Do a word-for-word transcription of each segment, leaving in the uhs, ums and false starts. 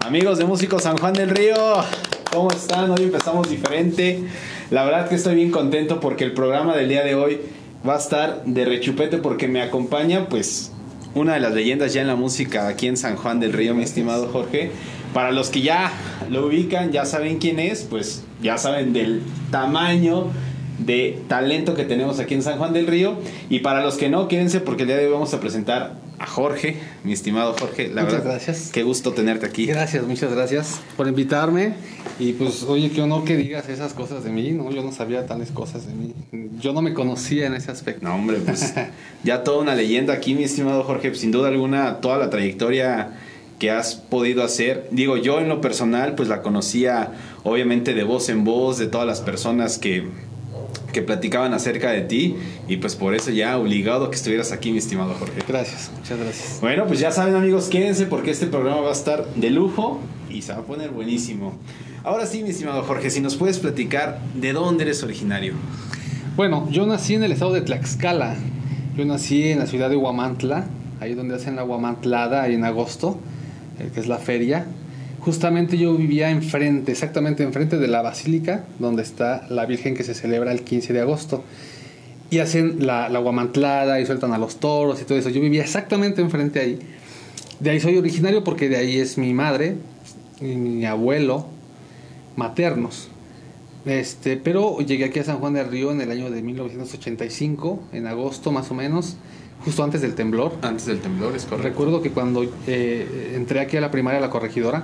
Amigos de Músicos San Juan del Río, ¿cómo están? Hoy empezamos diferente. La verdad que estoy bien contento porque el programa del día de hoy va a estar de rechupete porque me acompaña pues una de las leyendas ya en la música aquí en San Juan del Río, mi estimado Jorge. Para los que ya lo ubican, ya saben quién es, pues ya saben del tamaño de talento que tenemos aquí en San Juan del Río. Y para los que no, quédense porque el día de hoy vamos a presentar a Jorge, mi estimado Jorge. La muchas verdad, gracias. Qué gusto tenerte aquí. Gracias, muchas gracias por invitarme. Y pues, oye, qué honor que digas esas cosas de mí, ¿no? Yo no sabía tales cosas de mí. Yo no me conocía en ese aspecto. No, hombre, pues ya toda una leyenda aquí, mi estimado Jorge. Sin duda alguna, toda la trayectoria que has podido hacer. Digo, yo en lo personal, pues la conocía obviamente de voz en voz, de todas las personas que... que platicaban acerca de ti, y pues por eso ya obligado que estuvieras aquí, mi estimado Jorge. Gracias, muchas gracias. Bueno, pues ya saben, amigos, quédense porque este programa va a estar de lujo y se va a poner buenísimo. Ahora sí, mi estimado Jorge, si nos puedes platicar de dónde eres originario. Bueno, yo nací en el estado de Tlaxcala. Yo nací en la ciudad de Huamantla, ahí donde hacen la Huamantlada, ahí en agosto, que es la feria. Justamente yo vivía enfrente, exactamente enfrente de la basílica, donde está la Virgen que se celebra el quince de agosto. Y hacen la, la guamantlada y sueltan a los toros y todo eso. Yo vivía exactamente enfrente ahí. De ahí soy originario porque de ahí es mi madre y mi abuelo maternos. Este, pero llegué aquí a San Juan del Río en el año de mil novecientos ochenta y cinco, en agosto más o menos, justo antes del temblor. Antes del temblor, es correcto. Recuerdo que cuando eh, entré aquí a la primaria, a la Corregidora,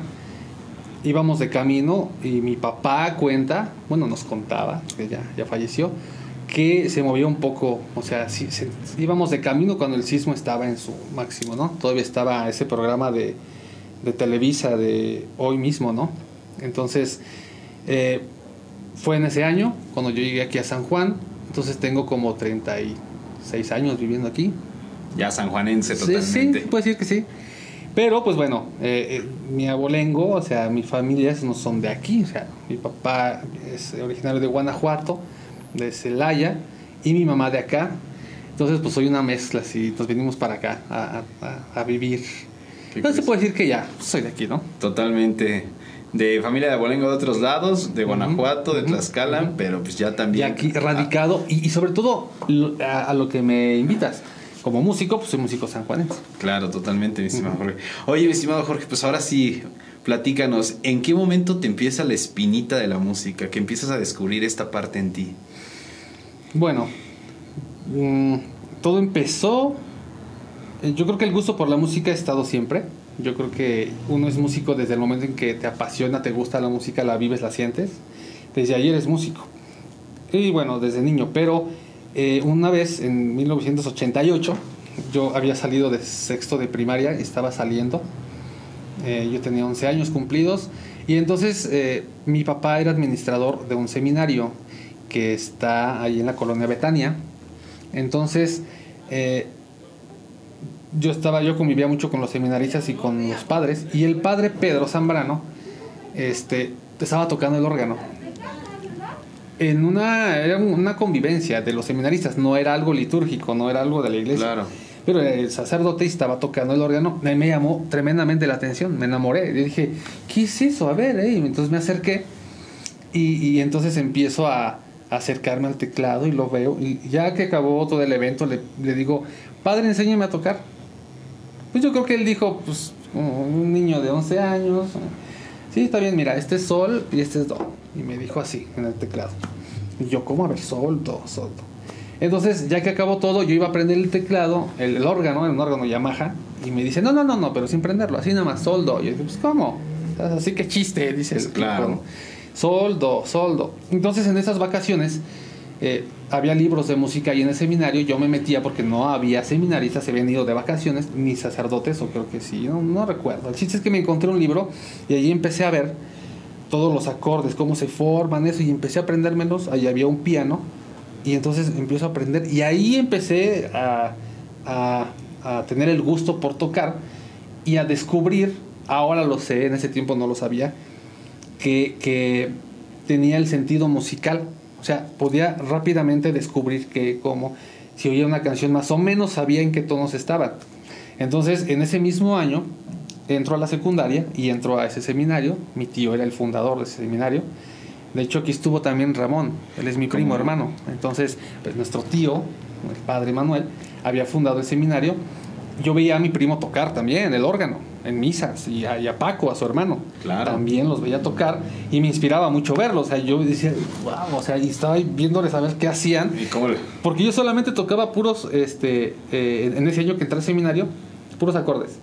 íbamos de camino y mi papá cuenta, bueno, nos contaba, que ya, ya falleció, que se movió un poco, o sea, sí, se, íbamos de camino cuando el sismo estaba en su máximo, ¿no? Todavía estaba ese programa de, de Televisa de hoy mismo, ¿no? Entonces, eh, fue en ese año, cuando yo llegué aquí a San Juan, entonces tengo como treinta y seis años viviendo aquí. Ya sanjuanense Sí, totalmente. sí, puedo decir que sí. Pero, pues bueno, eh, eh, mi abolengo, o sea, mis familias no son de aquí. O sea, mi papá es originario de Guanajuato, de Celaya, y mi mamá de acá. Entonces, pues soy una mezcla, así, nos venimos para acá a, a, a vivir. Entonces se puede decir que ya, soy de aquí, ¿no? Totalmente. De familia de abolengo de otros lados, de Guanajuato, uh-huh, de Tlaxcala, uh-huh, pero pues ya también... Y aquí radicado, y, y sobre todo a, a lo que me invitas. Como músico, pues soy músico sanjuanense. Claro, totalmente, mi estimado Jorge. Oye, mi estimado Jorge, pues ahora sí, platícanos, ¿en qué momento te empieza la espinita de la música? Que empiezas a descubrir esta parte en ti. Bueno, mmm, todo empezó... Yo creo que el gusto por la música ha estado siempre. Yo creo que uno es músico desde el momento en que te apasiona, te gusta la música, la vives, la sientes. Desde ahí eres músico. Y bueno, desde niño, pero... Eh, una vez en mil novecientos ochenta y ocho yo había salido de sexto de primaria, estaba saliendo, eh, yo tenía once años cumplidos, y entonces eh, mi papá era administrador de un seminario que está ahí en la colonia Betania. Entonces eh, yo estaba yo convivía mucho con los seminaristas y con los padres, y el padre Pedro Zambrano este, estaba tocando el órgano en una, era una convivencia de los seminaristas, no era algo litúrgico, no era algo de la iglesia. Claro. Pero el sacerdote estaba tocando el órgano, me, me llamó tremendamente la atención, me enamoré. Yo dije, ¿qué es eso? A ver, ¿eh? Entonces me acerqué y, y entonces empiezo a, a acercarme al teclado y lo veo. Y ya que acabó todo el evento, le, le digo, padre, enséñame a tocar. Pues yo creo que él dijo, pues, como un niño de once años. Sí, está bien, mira, este es sol y este es do. Y me dijo así, en el teclado. Y yo, ¿cómo? A ver, sol, do, sol, do. Entonces, ya que acabó todo, yo iba a aprender el teclado, el, el órgano, el órgano Yamaha. Y me dice, no, no, no, no, pero sin prenderlo, así nada más, sol, do. Y yo digo, pues, ¿cómo? Así que chiste, dice el claro. tipo, ¿no? Sol, do, sol, do. Entonces, en esas vacaciones, eh, había libros de música ahí en el seminario. Yo me metía porque no había seminaristas, se habían ido de vacaciones, ni sacerdotes, o creo que sí, no, no recuerdo. El chiste es que me encontré un libro y allí empecé a ver todos los acordes, cómo se forman, eso, y empecé a aprendérmelos. Ahí había un piano, y entonces empiezo a aprender, y ahí empecé a, a, a tener el gusto por tocar y a descubrir, ahora lo sé, en ese tiempo no lo sabía, que, que tenía el sentido musical. O sea, podía rápidamente descubrir que como si oía una canción más o menos sabía en qué tonos estaban. Entonces, en ese mismo año, entro a la secundaria y entro a ese seminario. Mi tío era el fundador de ese seminario. De hecho, aquí estuvo también Ramón, él es mi primo hermano. Entonces, pues nuestro tío, el padre Manuel, había fundado el seminario. Yo veía a mi primo tocar también el órgano en misas, y a, y a Paco, a su hermano, claro. También los veía tocar y me inspiraba mucho verlos. O sea, yo decía, wow, o sea, y estaba viéndoles a ver qué hacían. ¿Y cómo le... Porque yo solamente tocaba puros, este, eh, en ese año que entré al seminario, puros acordes.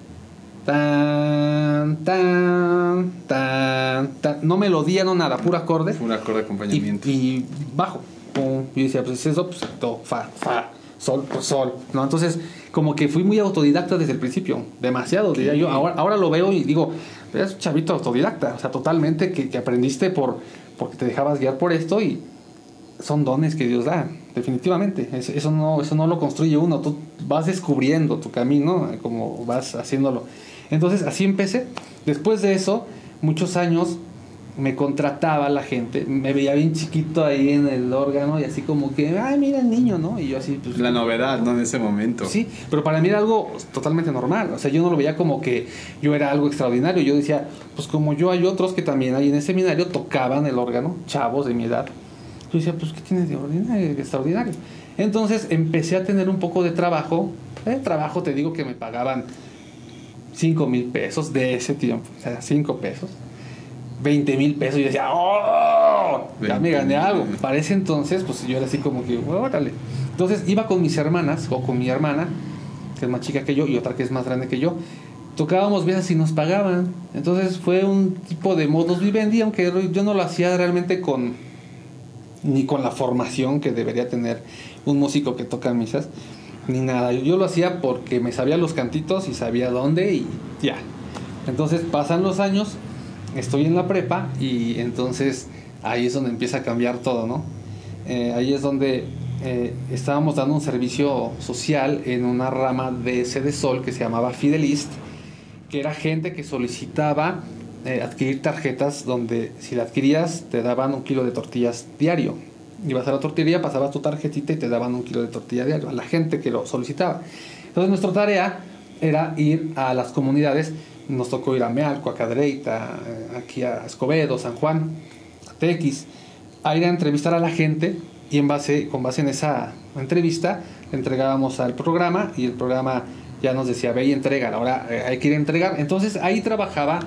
Tan, tan, tan, tan. No melodía, no nada, puro acorde. Puro acorde de acompañamiento. Y, y bajo. Pum. Y yo decía, pues eso, pues do, fa, fa, sol, pues sol. ¿No? Entonces, como que fui muy autodidacta desde el principio. Demasiado, diría yo. Ahora, ahora lo veo y digo, eres un chavito autodidacta. O sea, totalmente que, que aprendiste por, porque te dejabas guiar por esto y son dones que Dios da, definitivamente. Eso, eso, no, eso no lo construye uno. Tú vas descubriendo tu camino, como vas haciéndolo. Entonces así empecé. Después de eso, muchos años me contrataba la gente, me veía bien chiquito ahí en el órgano y así como que, ay, mira el niño, ¿no? Y yo así, pues... La novedad, ¿no? En ese momento. Sí, pero para mí era algo totalmente normal. O sea, yo no lo veía como que yo era algo extraordinario. Yo decía, pues como yo hay otros que también ahí en el seminario tocaban el órgano, chavos de mi edad. Yo decía, pues ¿qué tiene de ordinario, de extraordinario? Entonces empecé a tener un poco de trabajo. Eh, trabajo, te digo que me pagaban cinco mil pesos de ese tiempo, o sea, cinco pesos, veinte mil pesos. Y yo decía, ¡oh! Ya me gané algo. Para ese entonces, pues yo era así como que, órale. Entonces iba con mis hermanas, o con mi hermana, que es más chica que yo, y otra que es más grande que yo. Tocábamos veces y nos pagaban. Entonces fue un tipo de modus vivendi, aunque yo no lo hacía realmente con, ni con la formación que debería tener un músico que toca misas, ni nada. Yo lo hacía porque me sabía los cantitos y sabía dónde y ya. Entonces pasan los años, estoy en la prepa y entonces ahí es donde empieza a cambiar todo, ¿no? Eh, ahí es donde eh, estábamos dando un servicio social en una rama de Sede Sol que se llamaba Fidelist, que era gente que solicitaba eh, adquirir tarjetas donde si la adquirías te daban un kilo de tortillas diario. Ibas a la tortillería, pasabas tu tarjetita y te daban un kilo de tortilla diario a la gente que lo solicitaba. Entonces nuestra tarea era ir a las comunidades. Nos tocó ir a Mealco, a Cadereyta, aquí a Escobedo, San Juan, a Tequis, a ir a entrevistar a la gente y en base, con base en esa entrevista le entregábamos al programa y el programa ya nos decía, ve y entrega, ahora eh, hay que ir a entregar. Entonces ahí trabajaba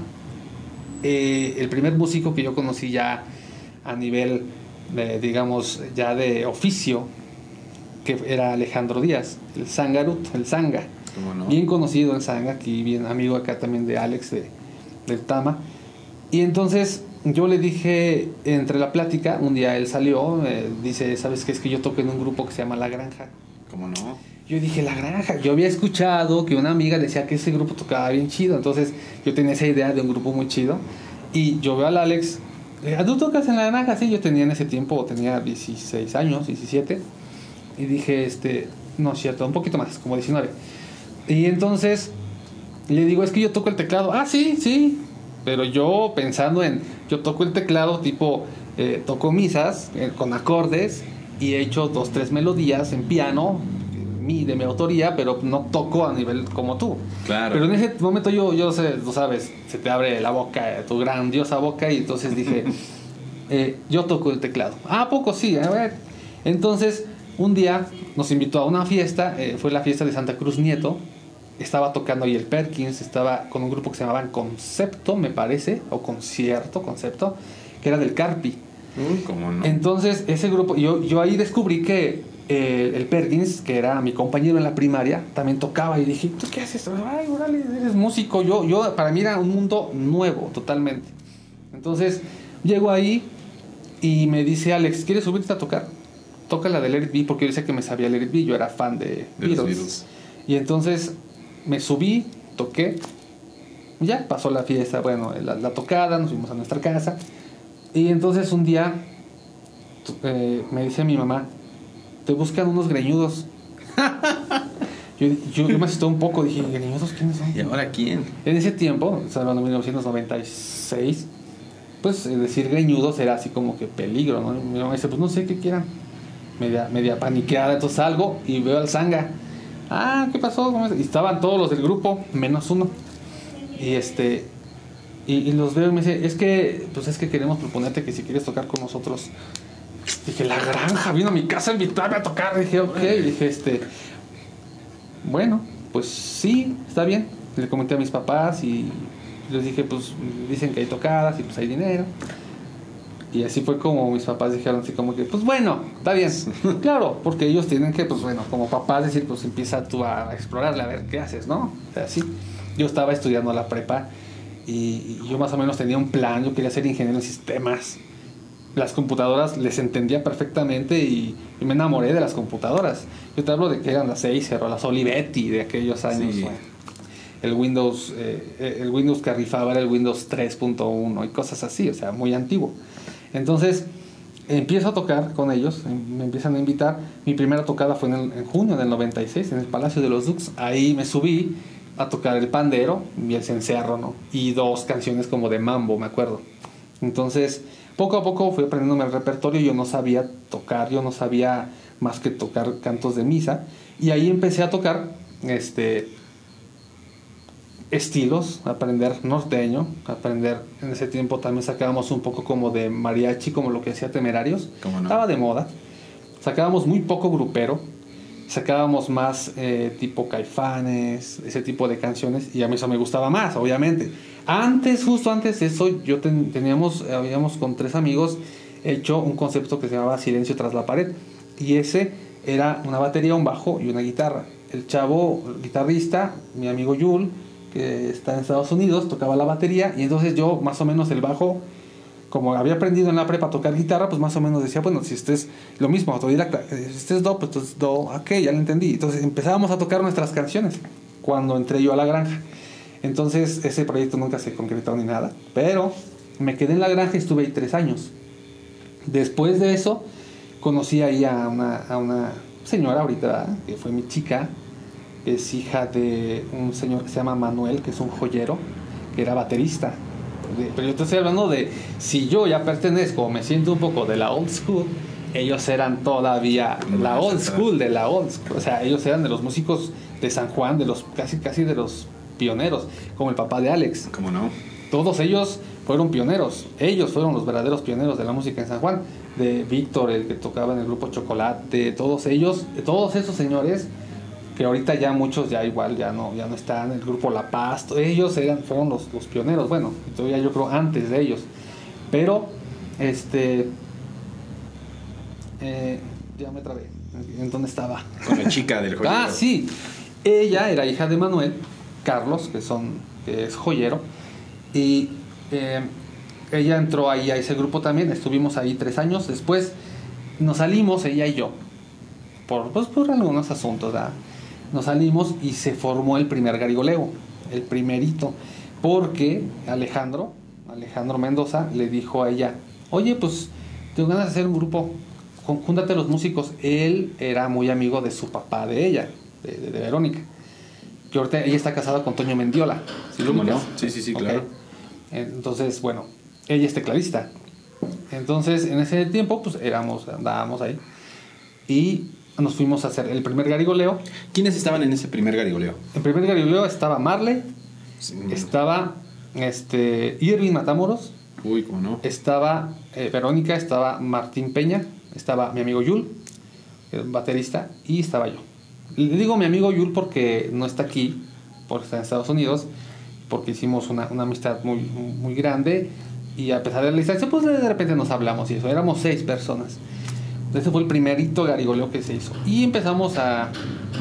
eh, el primer músico que yo conocí ya a nivel... De, digamos, ya de oficio, que era Alejandro Díaz, el Zangarut, el Zanga. ¿Cómo no? Bien conocido el Zanga, aquí bien amigo acá también de Alex, de, del Tama. Y entonces yo le dije, entre la plática, un día él salió, eh, dice, ¿sabes qué? Es que yo toco en un grupo que se llama La Granja. ¿Cómo no? Yo dije, La Granja. Yo había escuchado que una amiga decía que ese grupo tocaba bien chido, entonces yo tenía esa idea de un grupo muy chido. Y yo veo al Alex... ¿Tú tocas en La Granja? Sí, yo tenía en ese tiempo, tenía dieciséis años, diecisiete. Y dije, este, no es cierto, un poquito más, como diecinueve. Y entonces le digo, es que yo toco el teclado. Ah, sí, sí. Pero yo pensando en, yo toco el teclado tipo, eh, toco misas eh, con acordes y he hecho dos, tres melodías en piano, mi, de mi autoría, pero no toco a nivel como tú. Claro. Pero en ese momento yo, yo sé, tú sabes, se te abre la boca, tu grandiosa boca, y entonces dije, eh, yo toco el teclado. Ah, poco sí, a ver. Entonces, un día nos invitó a una fiesta, eh, fue la fiesta de Santa Cruz Nieto, estaba tocando ahí el Perkins, estaba con un grupo que se llamaban Concepto, me parece, o Concierto, Concepto, que era del Carpi. Uy, ¿cómo no? Entonces, ese grupo, yo, yo ahí descubrí que eh, el Perkins, que era mi compañero en la primaria, también tocaba y dije, ¿tú qué haces? Ay, órale, eres músico. Yo, yo, para mí era un mundo nuevo, totalmente. Entonces, llego ahí y me dice Alex, ¿quieres subirte a tocar? Toca la de Let It Be, porque yo decía que me sabía Let It Be, yo era fan de, de Beatles. los Beatles. Y entonces me subí, toqué, ya pasó la fiesta, bueno, la, la tocada, nos fuimos a nuestra casa. Y entonces un día eh, me dice mi mamá, te buscan unos greñudos. yo, yo, yo me asusté un poco, dije, ¿greñudos quiénes son? ¿Y ahora quién? En ese tiempo, o sea, en mil novecientos noventa y seis, pues decir greñudos era así como que peligro, ¿no? Mi mamá dice, pues no sé qué quieran. Media, media paniqueada, entonces salgo y veo al Zanga. Ah, ¿qué pasó? Y estaban todos los del grupo, menos uno. Y este y, y los veo y me dice, es que pues es que queremos proponerte que si quieres tocar con nosotros. Dije, La Granja vino a mi casa a invitarme a tocar. Dije, ok, y dije, este bueno, pues sí, está bien. Le comenté a mis papás y les dije, pues dicen que hay tocadas y pues hay dinero. Y así fue como mis papás dijeron así como que, pues bueno, está bien. Claro, porque ellos tienen que, pues bueno, como papás decir, pues empieza tú a explorarle a ver qué haces, ¿no? O sea, sí. Yo estaba estudiando la prepa y, y yo más o menos tenía un plan, yo quería ser ingeniero en sistemas. Las computadoras les entendía perfectamente y, y me enamoré de las computadoras. Yo te hablo de que eran las Acer o las Olivetti de aquellos años. Sí. Bueno, el Windows, eh, el Windows que rifaba era el Windows tres punto uno y cosas así, o sea, muy antiguo. Entonces empiezo a tocar con ellos, me empiezan a invitar. Mi primera tocada fue en, el, en junio del noventa y seis en el Palacio de los Dux. Ahí me subí a tocar el pandero y el cencerro, ¿no? Y dos canciones como de mambo, me acuerdo. Entonces, poco a poco fui aprendiéndome el repertorio. Yo no sabía tocar, yo no sabía más que tocar cantos de misa. Y ahí empecé a tocar este estilos, aprender norteño, aprender, en ese tiempo también sacábamos un poco como de mariachi, como lo que hacía Temerarios. ¿Cómo no? Estaba de moda. Sacábamos muy poco grupero, sacábamos más eh, tipo Caifanes, ese tipo de canciones, y a mí eso me gustaba más, obviamente. Antes, justo antes de eso, yo ten, teníamos, habíamos con tres amigos hecho un concepto que se llamaba Silencio tras la pared, y ese era una batería, un bajo y una guitarra. El chavo, el guitarrista, mi amigo Yul, que está en Estados Unidos, tocaba la batería, y entonces yo más o menos el bajo, como había aprendido en la prepa a tocar guitarra, pues más o menos decía, bueno, si este es lo mismo, autodidacta, si este es do, pues entonces do, ok, ya lo entendí. Entonces empezábamos a tocar nuestras canciones cuando entré yo a La Granja. Entonces ese proyecto nunca se concretó ni nada, pero me quedé en La Granja y estuve ahí tres años. Después de eso conocí ahí a una, a una señora ahorita, que fue mi chica, que es hija de un señor que se llama Manuel, que es un joyero, que era baterista. De, pero yo te estoy hablando de, si yo ya pertenezco, me siento un poco de la old school, ellos eran todavía la old school de la old school. O sea, ellos eran de los músicos de San Juan, de los casi casi de los pioneros, como el papá de Alex. ¿Cómo no? Todos ellos fueron pioneros. Ellos fueron los verdaderos pioneros de la música en San Juan. De Víctor, el que tocaba en el grupo Chocolate, todos ellos, todos esos señores, que ahorita ya muchos ya igual ya no ya no están, el grupo La Paz, ellos eran fueron los, los pioneros, bueno, todavía yo creo antes de ellos, pero este eh, ya me trabé, ¿en dónde estaba? Con la chica del joyero. Ah, sí, ella era hija de Manuel, Carlos, que son que es joyero, y eh, ella entró ahí a ese grupo también, estuvimos ahí tres años, después nos salimos ella y yo por pues por algunos asuntos, ¿verdad? Nos salimos y se formó el primer garigoleo, el primerito, porque Alejandro, Alejandro Mendoza le dijo a ella, oye, pues tengo ganas de hacer un grupo, júntate los músicos. Él era muy amigo de su papá, de ella, de, de, de Verónica, que ahorita ella está casada con Toño Mendiola. ¿Sí, ¿Cómo no? Sí, sí, sí, okay. Claro. Entonces, bueno, ella es tecladista. Entonces, en ese tiempo, pues éramos, andábamos ahí y nos fuimos a hacer el primer garigoleo. ¿Quiénes estaban en ese primer garigoleo? En el primer garigoleo estaba Marley, sí, estaba este, Irving Matamoros, uy, cómo no, estaba eh, Verónica, estaba Martín Peña, estaba mi amigo Yul, el baterista, y estaba yo. Le digo mi amigo Yul porque no está aquí, porque está en Estados Unidos, porque hicimos una, una amistad muy, muy grande, y a pesar de la distancia, pues de repente nos hablamos y eso. Éramos seis personas. Ese fue el primerito garigoleo que se hizo. Y empezamos a...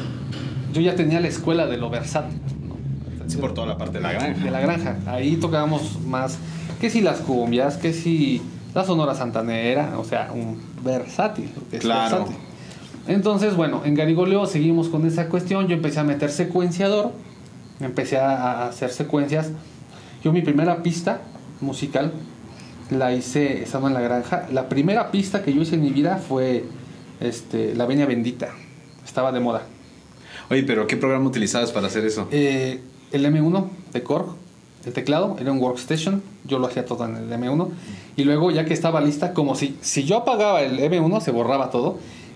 Yo ya tenía la escuela de lo versátil, ¿no? Sí, por toda la parte de La Granja. De La Granja. Ahí tocábamos más... Que si las cumbias, que si la sonora santanera, o sea, un versátil. Que es claro. Versátil. Entonces, bueno, en garigoleo seguimos con esa cuestión. Yo empecé a meter secuenciador. Empecé a hacer secuencias. Yo mi primera pista musical la hice estando en La Granja. La primera pista que yo hice en mi vida fue este, La Venia Bendita. Estaba de moda. Oye, pero ¿qué programa utilizabas para hacer eso? Eh, el eme uno de Korg, el teclado, era un workstation. Yo lo hacía todo en el eme uno. Y luego, ya que estaba lista, como si, si yo apagaba el eme uno, se borraba todo.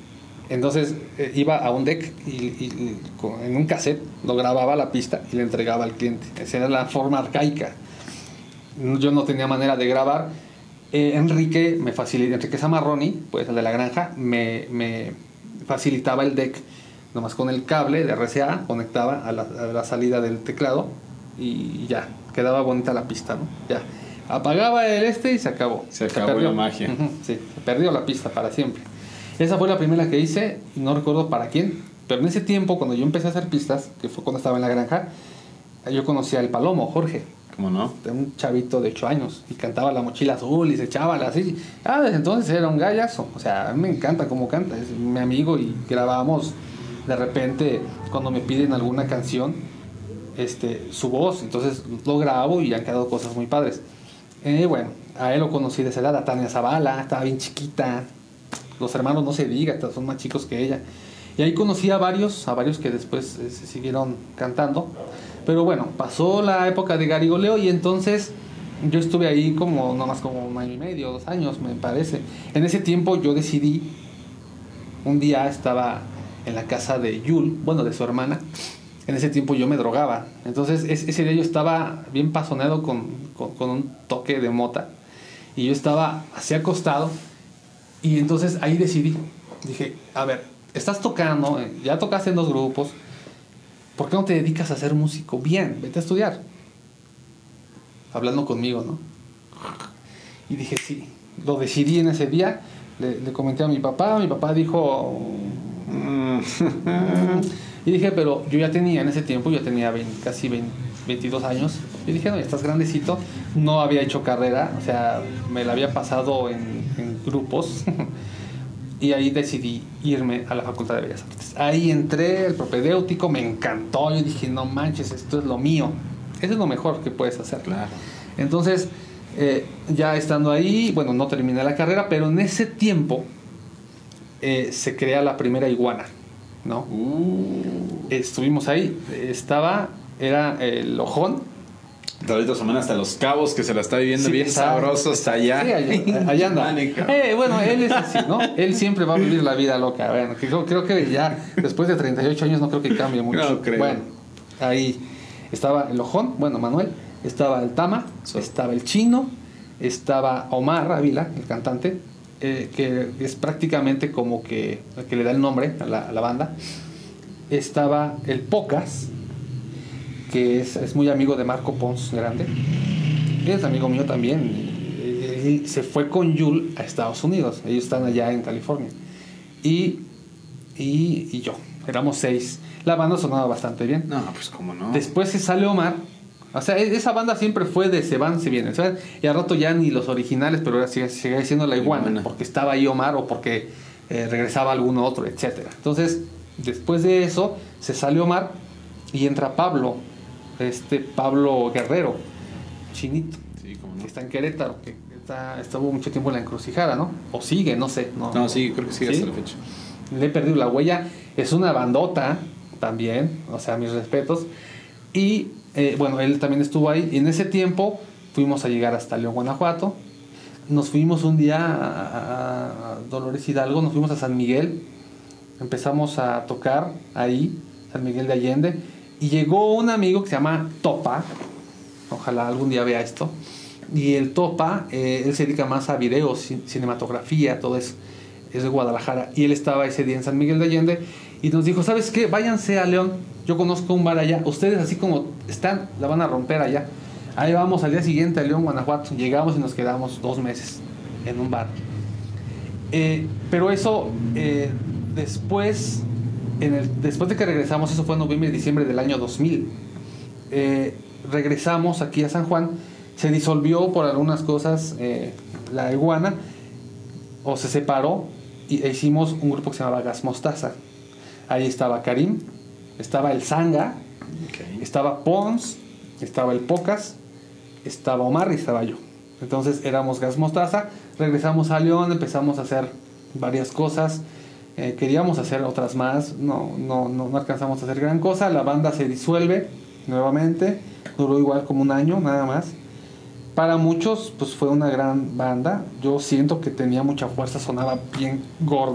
Entonces eh, iba a un deck y, y, y con, en un cassette lo grababa la pista y le entregaba al cliente. Esa era la forma arcaica. Yo no tenía manera de grabar. Eh, Enrique me facilitaba, Enrique Zamarroni, pues el de la granja, me, me facilitaba el deck, nomás con el cable de R C A, conectaba a la, a la salida del teclado y ya, quedaba bonita la pista, ¿no? Ya, apagaba el este y se acabó. Se acabó la magia. Uh-huh, sí, se perdió la pista para siempre. Esa fue la primera que hice, no recuerdo para quién, pero en ese tiempo, cuando yo empecé a hacer pistas, que fue cuando estaba en la granja, yo conocía al Palomo, Jorge. ¿Cómo no? De un chavito de ocho años y cantaba La Mochila Azul y se echaba así. Ah, desde entonces era un gallazo. O sea, a mí me encanta cómo canta, es mi amigo y grabamos de repente cuando me piden alguna canción, este, su voz, entonces lo grabo y han quedado cosas muy padres. Eh, bueno, a él lo conocí de esa edad, a Tania Zavala, estaba bien chiquita. Los hermanos no se diga, son más chicos que ella. Y ahí conocí a varios, a varios que después eh, se siguieron cantando. Pero bueno, pasó la época de Garigoleo y entonces yo estuve ahí como, nomás como un año y medio, dos años me parece. En ese tiempo yo decidí, un día estaba en la casa de Yul, bueno, de su hermana. En ese tiempo yo me drogaba. Entonces ese día yo estaba bien pasoneado con, con, con un toque de mota. Y yo estaba así acostado. Y entonces ahí decidí. Dije, a ver, estás tocando, ya tocaste en dos grupos. ¿Por qué no te dedicas a ser músico? Bien, vete a estudiar. Hablando conmigo, ¿no? Y dije, sí. Lo decidí en ese día. Le, le comenté a mi papá. Mi papá dijo... y dije, pero yo ya tenía en ese tiempo, yo tenía veinte, casi veinte, veintidós años. Y dije, no, ya estás grandecito. No había hecho carrera. O sea, me la había pasado en, en grupos. Y ahí decidí irme a la Facultad de Bellas Artes. Ahí entré, el propedéutico, me encantó. Yo dije, no manches, esto es lo mío. Eso es lo mejor que puedes hacer. Claro. Entonces, eh, ya estando ahí, bueno, no terminé la carrera, pero en ese tiempo eh, se crea la primera iguana, ¿no? Uh. Estuvimos ahí. Estaba, era el Ojón. Ahorita se hasta Los Cabos, que se la está viviendo Sí, bien exacto. sabroso hasta allá. Sí, allá, allá anda. Eh, bueno, él es así, ¿no? Él siempre va a vivir la vida loca. Bueno, que creo, creo que ya después de treinta y ocho años no creo que cambie mucho. No creo. Bueno, ahí estaba el Ojón, bueno, Manuel, estaba el Tama, Sí. estaba el Chino, estaba Omar Ávila, el cantante, eh, que es prácticamente como que el que le da el nombre a la, a la banda. Estaba el Pocas, que es, es muy amigo de Marco Pons Grande. Es amigo mío también. Él se fue con Yul a Estados Unidos. Ellos están allá en California. Y, y, y yo. Éramos seis. La banda sonaba bastante bien. No, pues cómo no. Después se sale Omar. O sea, esa banda siempre fue de se van, se vienen. ¿Sabes? Y al rato ya ni los originales, pero ahora sigue, sigue siendo la iguana. Iguana. Porque estaba ahí Omar o porque eh, regresaba alguno otro, etcétera. Entonces, después de eso, se sale Omar y entra Pablo. Este Pablo Guerrero, Chinito, Sí, cómo que no. está en Querétaro, que está, estuvo mucho tiempo en la encrucijada, ¿no? O sigue, no sé. No, No, sí, creo que sigue ¿Sí? hasta la fecha. Le he perdido la huella. Es una bandota también, o sea, mis respetos. Y eh, bueno, él también estuvo ahí. Y en ese tiempo fuimos a llegar hasta León, Guanajuato. Nos fuimos un día a, a Dolores Hidalgo, nos fuimos a San Miguel. Empezamos a tocar ahí, San Miguel de Allende. Y llegó un amigo que se llama Topa. Ojalá algún día vea esto. Y el Topa, eh, él se dedica más a videos, cin- cinematografía, todo eso. Es de Guadalajara. Y él estaba ese día en San Miguel de Allende. Y nos dijo, ¿sabes qué? Váyanse a León. Yo conozco un bar allá. Ustedes así como están, la van a romper allá. Ahí vamos al día siguiente a León, Guanajuato. Llegamos y nos quedamos dos meses en un bar. Eh, pero eso, eh, después... En el, después de que regresamos, eso fue en noviembre y diciembre del año dos mil, eh, regresamos aquí a San Juan, se disolvió por algunas cosas eh, la iguana, o se separó, y e hicimos un grupo que se llamaba Gas Mostaza. Ahí estaba Karim, estaba el Zanga, Okay. estaba Pons, estaba el Pocas, estaba Omar y estaba yo. Entonces éramos Gas Mostaza, regresamos a León, empezamos a hacer varias cosas. Eh, queríamos hacer otras más, no, no, no, no alcanzamos a hacer gran cosa. La banda se disuelve nuevamente, duró igual como un año nada más. Para muchos pues fue una gran banda. Yo siento que tenía mucha fuerza, sonaba bien gorda,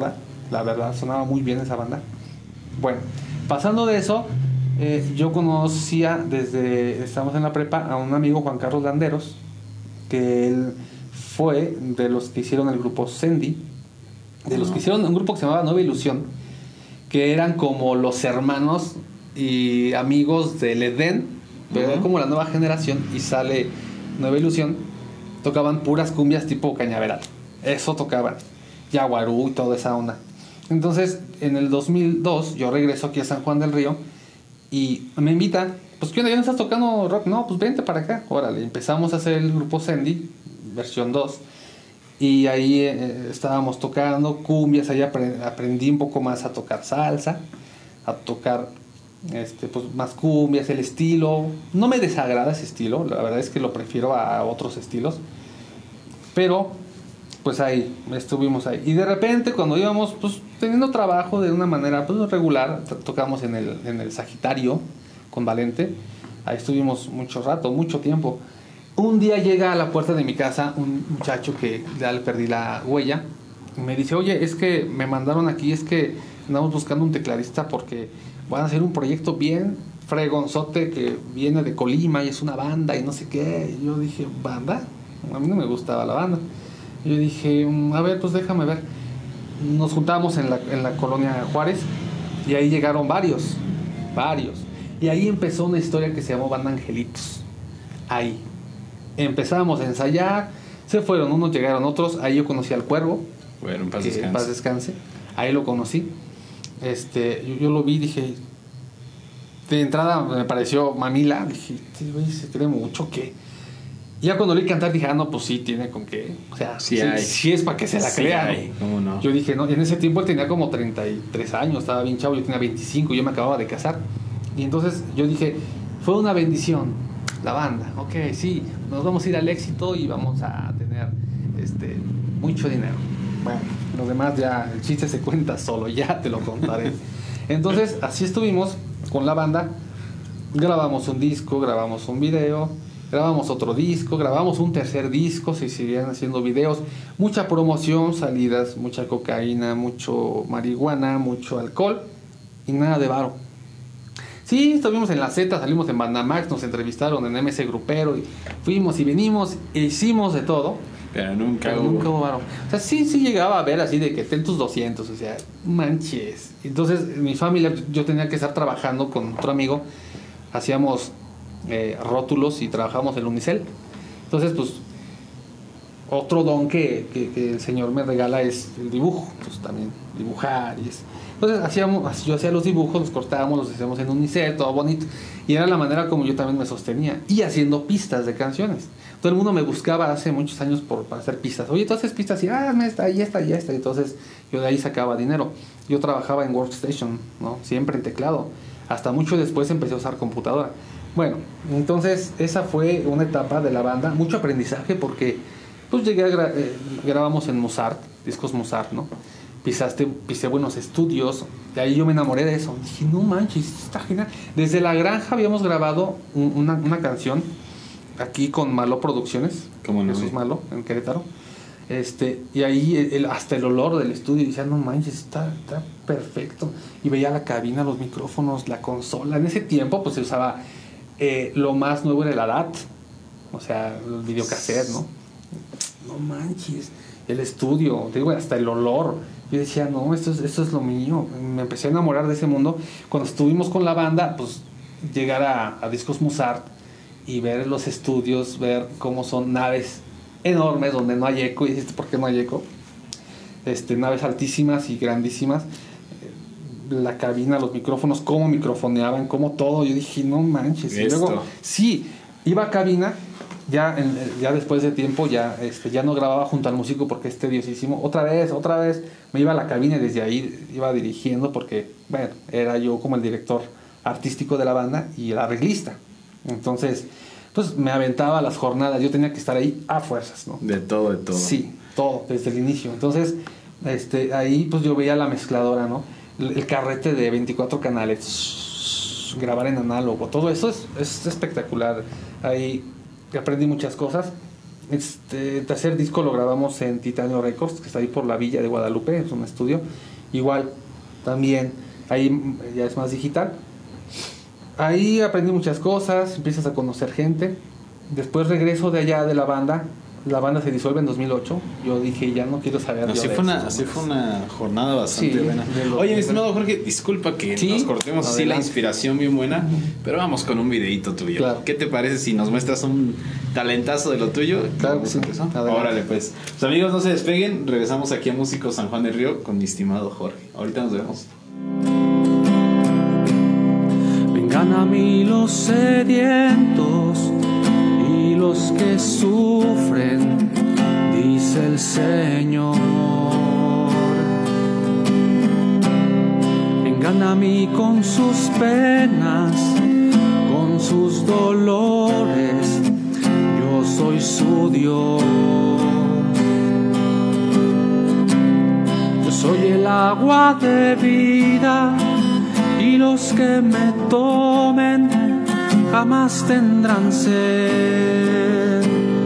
la verdad, sonaba muy bien esa banda. Bueno, pasando de eso, eh, yo conocía desde, estamos en la prepa, a un amigo, Juan Carlos Landeros, que él fue de los que hicieron el grupo Sendy, de los que hicieron un grupo que se llamaba Nueva Ilusión, que eran como los hermanos y amigos del Edén, pero uh-huh. era como la nueva generación, y sale Nueva Ilusión, tocaban puras cumbias tipo Cañaveral, eso tocaban, Yaguarú y toda esa onda. Entonces, en el dos mil dos, yo regreso aquí a San Juan del Río, y me invitan, pues, ¿qué onda? ¿Ya no estás tocando rock? No, pues vente para acá, órale. Empezamos a hacer el grupo Sendy, versión dos, y ahí eh, estábamos tocando cumbias, ahí aprend- aprendí un poco más a tocar salsa, a tocar este, pues, más cumbias, el estilo. No me desagrada ese estilo, la verdad es que lo prefiero a otros estilos, pero pues ahí, estuvimos ahí. Y de repente cuando íbamos pues teniendo trabajo de una manera pues regular, t- tocamos en el, en el Sagitario con Valente, ahí estuvimos mucho rato, mucho tiempo. Un día llega a la puerta de mi casa un muchacho que ya le perdí la huella, y me dice, oye, es que me mandaron aquí, es que andamos buscando un tecladista porque van a hacer un proyecto bien fregonzote que viene de Colima y es una banda y no sé qué. Y yo dije, ¿banda? A mí no me gustaba la banda. Yo dije, a ver, pues déjame ver. Nos juntamos en la, en la colonia Juárez y ahí llegaron varios, varios. Y ahí empezó una historia que se llamó Banda Angelitos. Ahí. Empezamos a ensayar, se fueron unos, llegaron otros. Ahí yo conocí al Cuervo. Bueno, en paz que, descanse. En paz descanse. Ahí lo conocí. Este, yo, yo lo vi, dije, de entrada me pareció mamila. Dije, este güey se cree mucho, ¿qué? Y ya cuando lo vi cantar dije, ah, no, pues sí, tiene con qué. O sea, sí, sí, sí es para que se la sí crea. hay. ¿Cómo no? Yo dije, no, en ese tiempo él tenía como treinta y tres años, estaba bien chavo, yo tenía veinticinco, yo me acababa de casar. Y entonces yo dije, fue una bendición la banda, ok, sí, nos vamos a ir al éxito y vamos a tener este mucho dinero. Bueno, los demás ya, el chiste se cuenta solo, ya te lo contaré. Entonces, así estuvimos con la banda, grabamos un disco, grabamos un video, grabamos otro disco, grabamos un tercer disco, se seguían haciendo videos, mucha promoción, salidas, mucha cocaína, mucho marihuana, mucho alcohol y nada de varo. Sí, estuvimos en la Z, salimos en Bandamax, nos entrevistaron en M C Grupero, y fuimos y venimos, e hicimos de todo. Pero nunca pero hubo. nunca hubo varo. O sea, sí, sí llegaba a ver así de que ten tus doscientos, o sea, manches. Entonces, mi familia, yo tenía que estar trabajando con otro amigo, hacíamos eh, rótulos y trabajamos en Unicel. Entonces, pues, otro don que, que, que el Señor me regala es el dibujo, pues también dibujar y eso. Entonces hacíamos, yo hacía los dibujos, los cortábamos, los hacíamos en Unicel, todo bonito. Y era la manera como yo también me sostenía. Y haciendo pistas de canciones. Todo el mundo me buscaba hace muchos años por, para hacer pistas. Oye, tú haces pistas y, ah, esta, y esta, y esta. Entonces yo de ahí sacaba dinero. Yo trabajaba en Workstation, ¿no? Siempre en teclado. Hasta mucho después empecé a usar computadora. Bueno, entonces esa fue una etapa de la banda. Mucho aprendizaje porque pues llegué a gra- eh, grabamos en Mozart, discos Mozart, ¿no? Pisaste, pisé buenos estudios, de ahí yo me enamoré de eso. Dije, no manches, está genial. Desde La Granja habíamos grabado un, una, una canción aquí con Malo Producciones, ¿Cómo no? Jesús Malo, en Querétaro. Este, y ahí el, el, hasta el olor del estudio, decía, no manches, está, está perfecto. Y veía la cabina, los micrófonos, la consola. En ese tiempo pues se usaba, eh, lo más nuevo era el A D A T, o sea, el videocassette, ¿no? No manches, el estudio, te digo, hasta el olor. Yo decía, no, esto es, esto es lo mío. Me empecé a enamorar de ese mundo. Cuando estuvimos con la banda, pues llegar a, a Discos Mozart y ver los estudios, ver cómo son naves enormes donde no hay eco. Y dices, ¿por qué no hay eco? Este, naves altísimas y grandísimas. La cabina, los micrófonos, cómo microfoneaban, cómo todo. Yo dije, no manches. Y luego, sí, iba a cabina. Ya, en, ya después de tiempo ya, este, ya no grababa junto al músico porque es tediosísimo. Otra vez, otra vez me iba a la cabina y desde ahí iba dirigiendo porque, bueno, era yo como el director artístico de la banda y el arreglista. Entonces, pues me aventaba las jornadas. Yo tenía que estar ahí a fuerzas, ¿no? De todo, de todo. Sí, todo, desde el inicio. Entonces, este, ahí pues yo veía la mezcladora, ¿no? El, el carrete de veinticuatro canales, grabar en análogo, todo eso es, es espectacular. Ahí aprendí muchas cosas. Este el tercer disco lo grabamos en Titanio Records, que está ahí por la Villa de Guadalupe, es un estudio. igual, también, ahí ya es más digital. Ahí aprendí muchas cosas, empiezas a conocer gente. Después regreso de allá de la banda. La banda se disuelve en dos mil ocho. Yo dije, ya no quiero saber No, yo sí, de fue eso, una, ¿no? sí fue una jornada bastante Sí, buena. de lo- Oye, mi estimado Jorge, disculpa que Sí, nos cortemos así la adelante. inspiración bien buena, pero vamos con un videíto tuyo. Claro. ¿Qué te parece si nos muestras un talentazo de lo tuyo? Claro que sí. Adelante. Órale, pues. Pues amigos, no se despeguen. Regresamos aquí a Músicos San Juan del Río con mi estimado Jorge. Ahorita nos vemos. Vengan a mí los sedientos y los que sufren, dice el Señor. Vengan a mí con sus penas, con sus dolores, yo soy su Dios. Yo soy el agua de vida y los que me tomen jamás tendrán sed.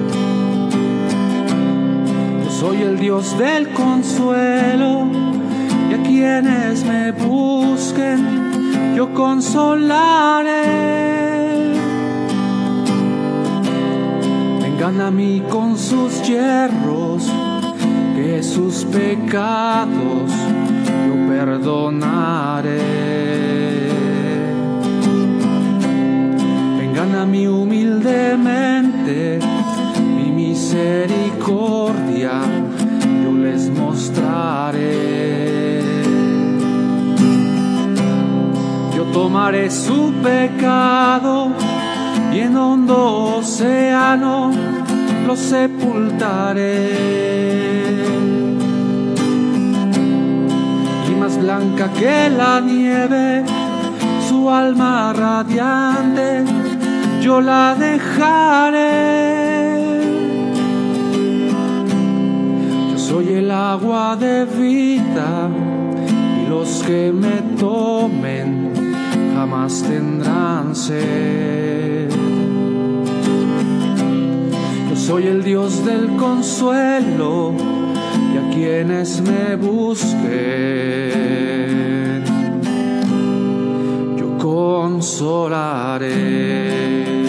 Yo soy el Dios del consuelo y a quienes me busquen yo consolaré. Vengan a mí con sus hierros, que sus pecados yo perdonaré. Vengan a mí humildemente, mi misericordia yo les mostraré. Yo tomaré su pecado y en hondo océano lo sepultaré. Y más blanca que la nieve, su alma radiante yo la dejaré. Yo soy el agua de vida y los que me tomen jamás tendrán sed. Yo soy el Dios del consuelo y a quienes me busquen yo consolaré.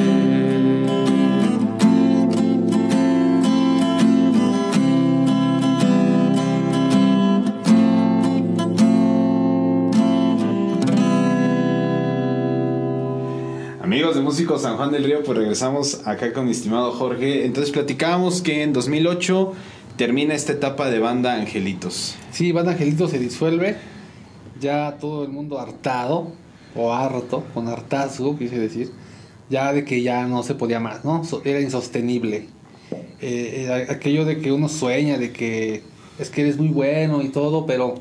Amigos de Músicos San Juan del Río, pues regresamos acá con mi estimado Jorge. Entonces platicábamos que en dos mil ocho termina esta etapa de Banda Angelitos. Sí, Banda Angelitos se disuelve. Ya todo el mundo hartado, o harto, con hartazgo, quise decir, ya de que ya no se podía más, ¿no? Era insostenible. Eh, eh, aquello de que uno sueña, de que es que eres muy bueno y todo, pero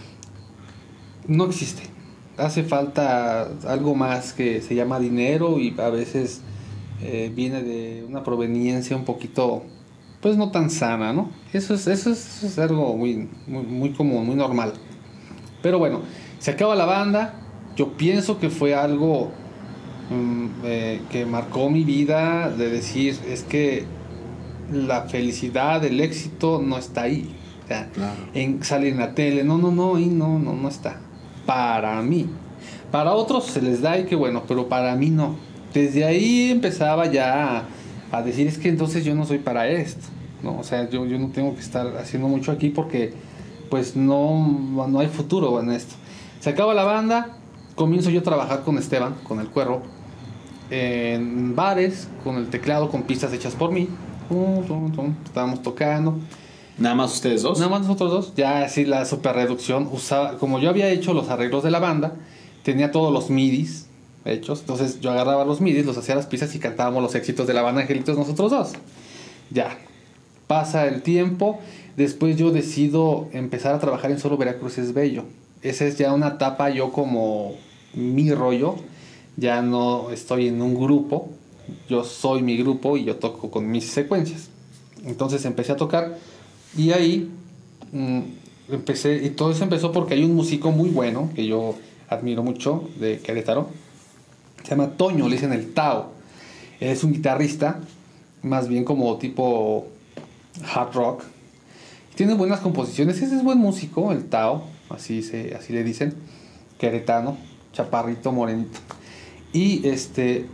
no existe. Hace falta algo más que se llama dinero y a veces eh, viene de una proveniencia un poquito, pues no tan sana, ¿no? Eso es, eso es, eso es algo muy, muy, muy común, muy normal. Pero bueno, se acaba la banda. Yo pienso que fue algo um, eh, que marcó mi vida, de decir, es que la felicidad, el éxito no está ahí. O sea, Claro. en salir en la tele, no, no, no, y no, no, no está. Para mí. Para otros se les da y qué bueno, pero para mí no. Desde ahí empezaba ya a, a decir, es que entonces yo no soy para esto, ¿no? O sea, yo, yo no tengo que estar haciendo mucho aquí porque pues no, no hay futuro en esto. Se acaba la banda, comienzo yo a trabajar con Esteban, con el Cuervo, en bares, con el teclado, con pistas hechas por mí. Tum, tum, tum, estábamos tocando. ¿Nada más ustedes dos? Nada más nosotros dos. Ya así la super reducción. Usaba, como yo había hecho los arreglos de la banda, tenía todos los midis hechos. Entonces yo agarraba los midis, los hacía las pistas y cantábamos los éxitos de la banda Angelitos nosotros dos. Ya. Pasa el tiempo. Después yo decido empezar a trabajar en Solo Veracruz es Bello. Esa es ya una etapa yo como mi rollo. Ya no estoy en un grupo. Yo soy mi grupo y yo toco con mis secuencias. Entonces empecé a tocar. Y ahí mmm, empecé, y todo eso empezó porque hay un músico muy bueno que yo admiro mucho de Querétaro. Se llama Toño, le dicen el Tao. Él es un guitarrista, más bien como tipo hard rock. Tiene buenas composiciones, ese es buen músico, el Tao. así, se, así le dicen, queretano, chaparrito, morenito. Y este,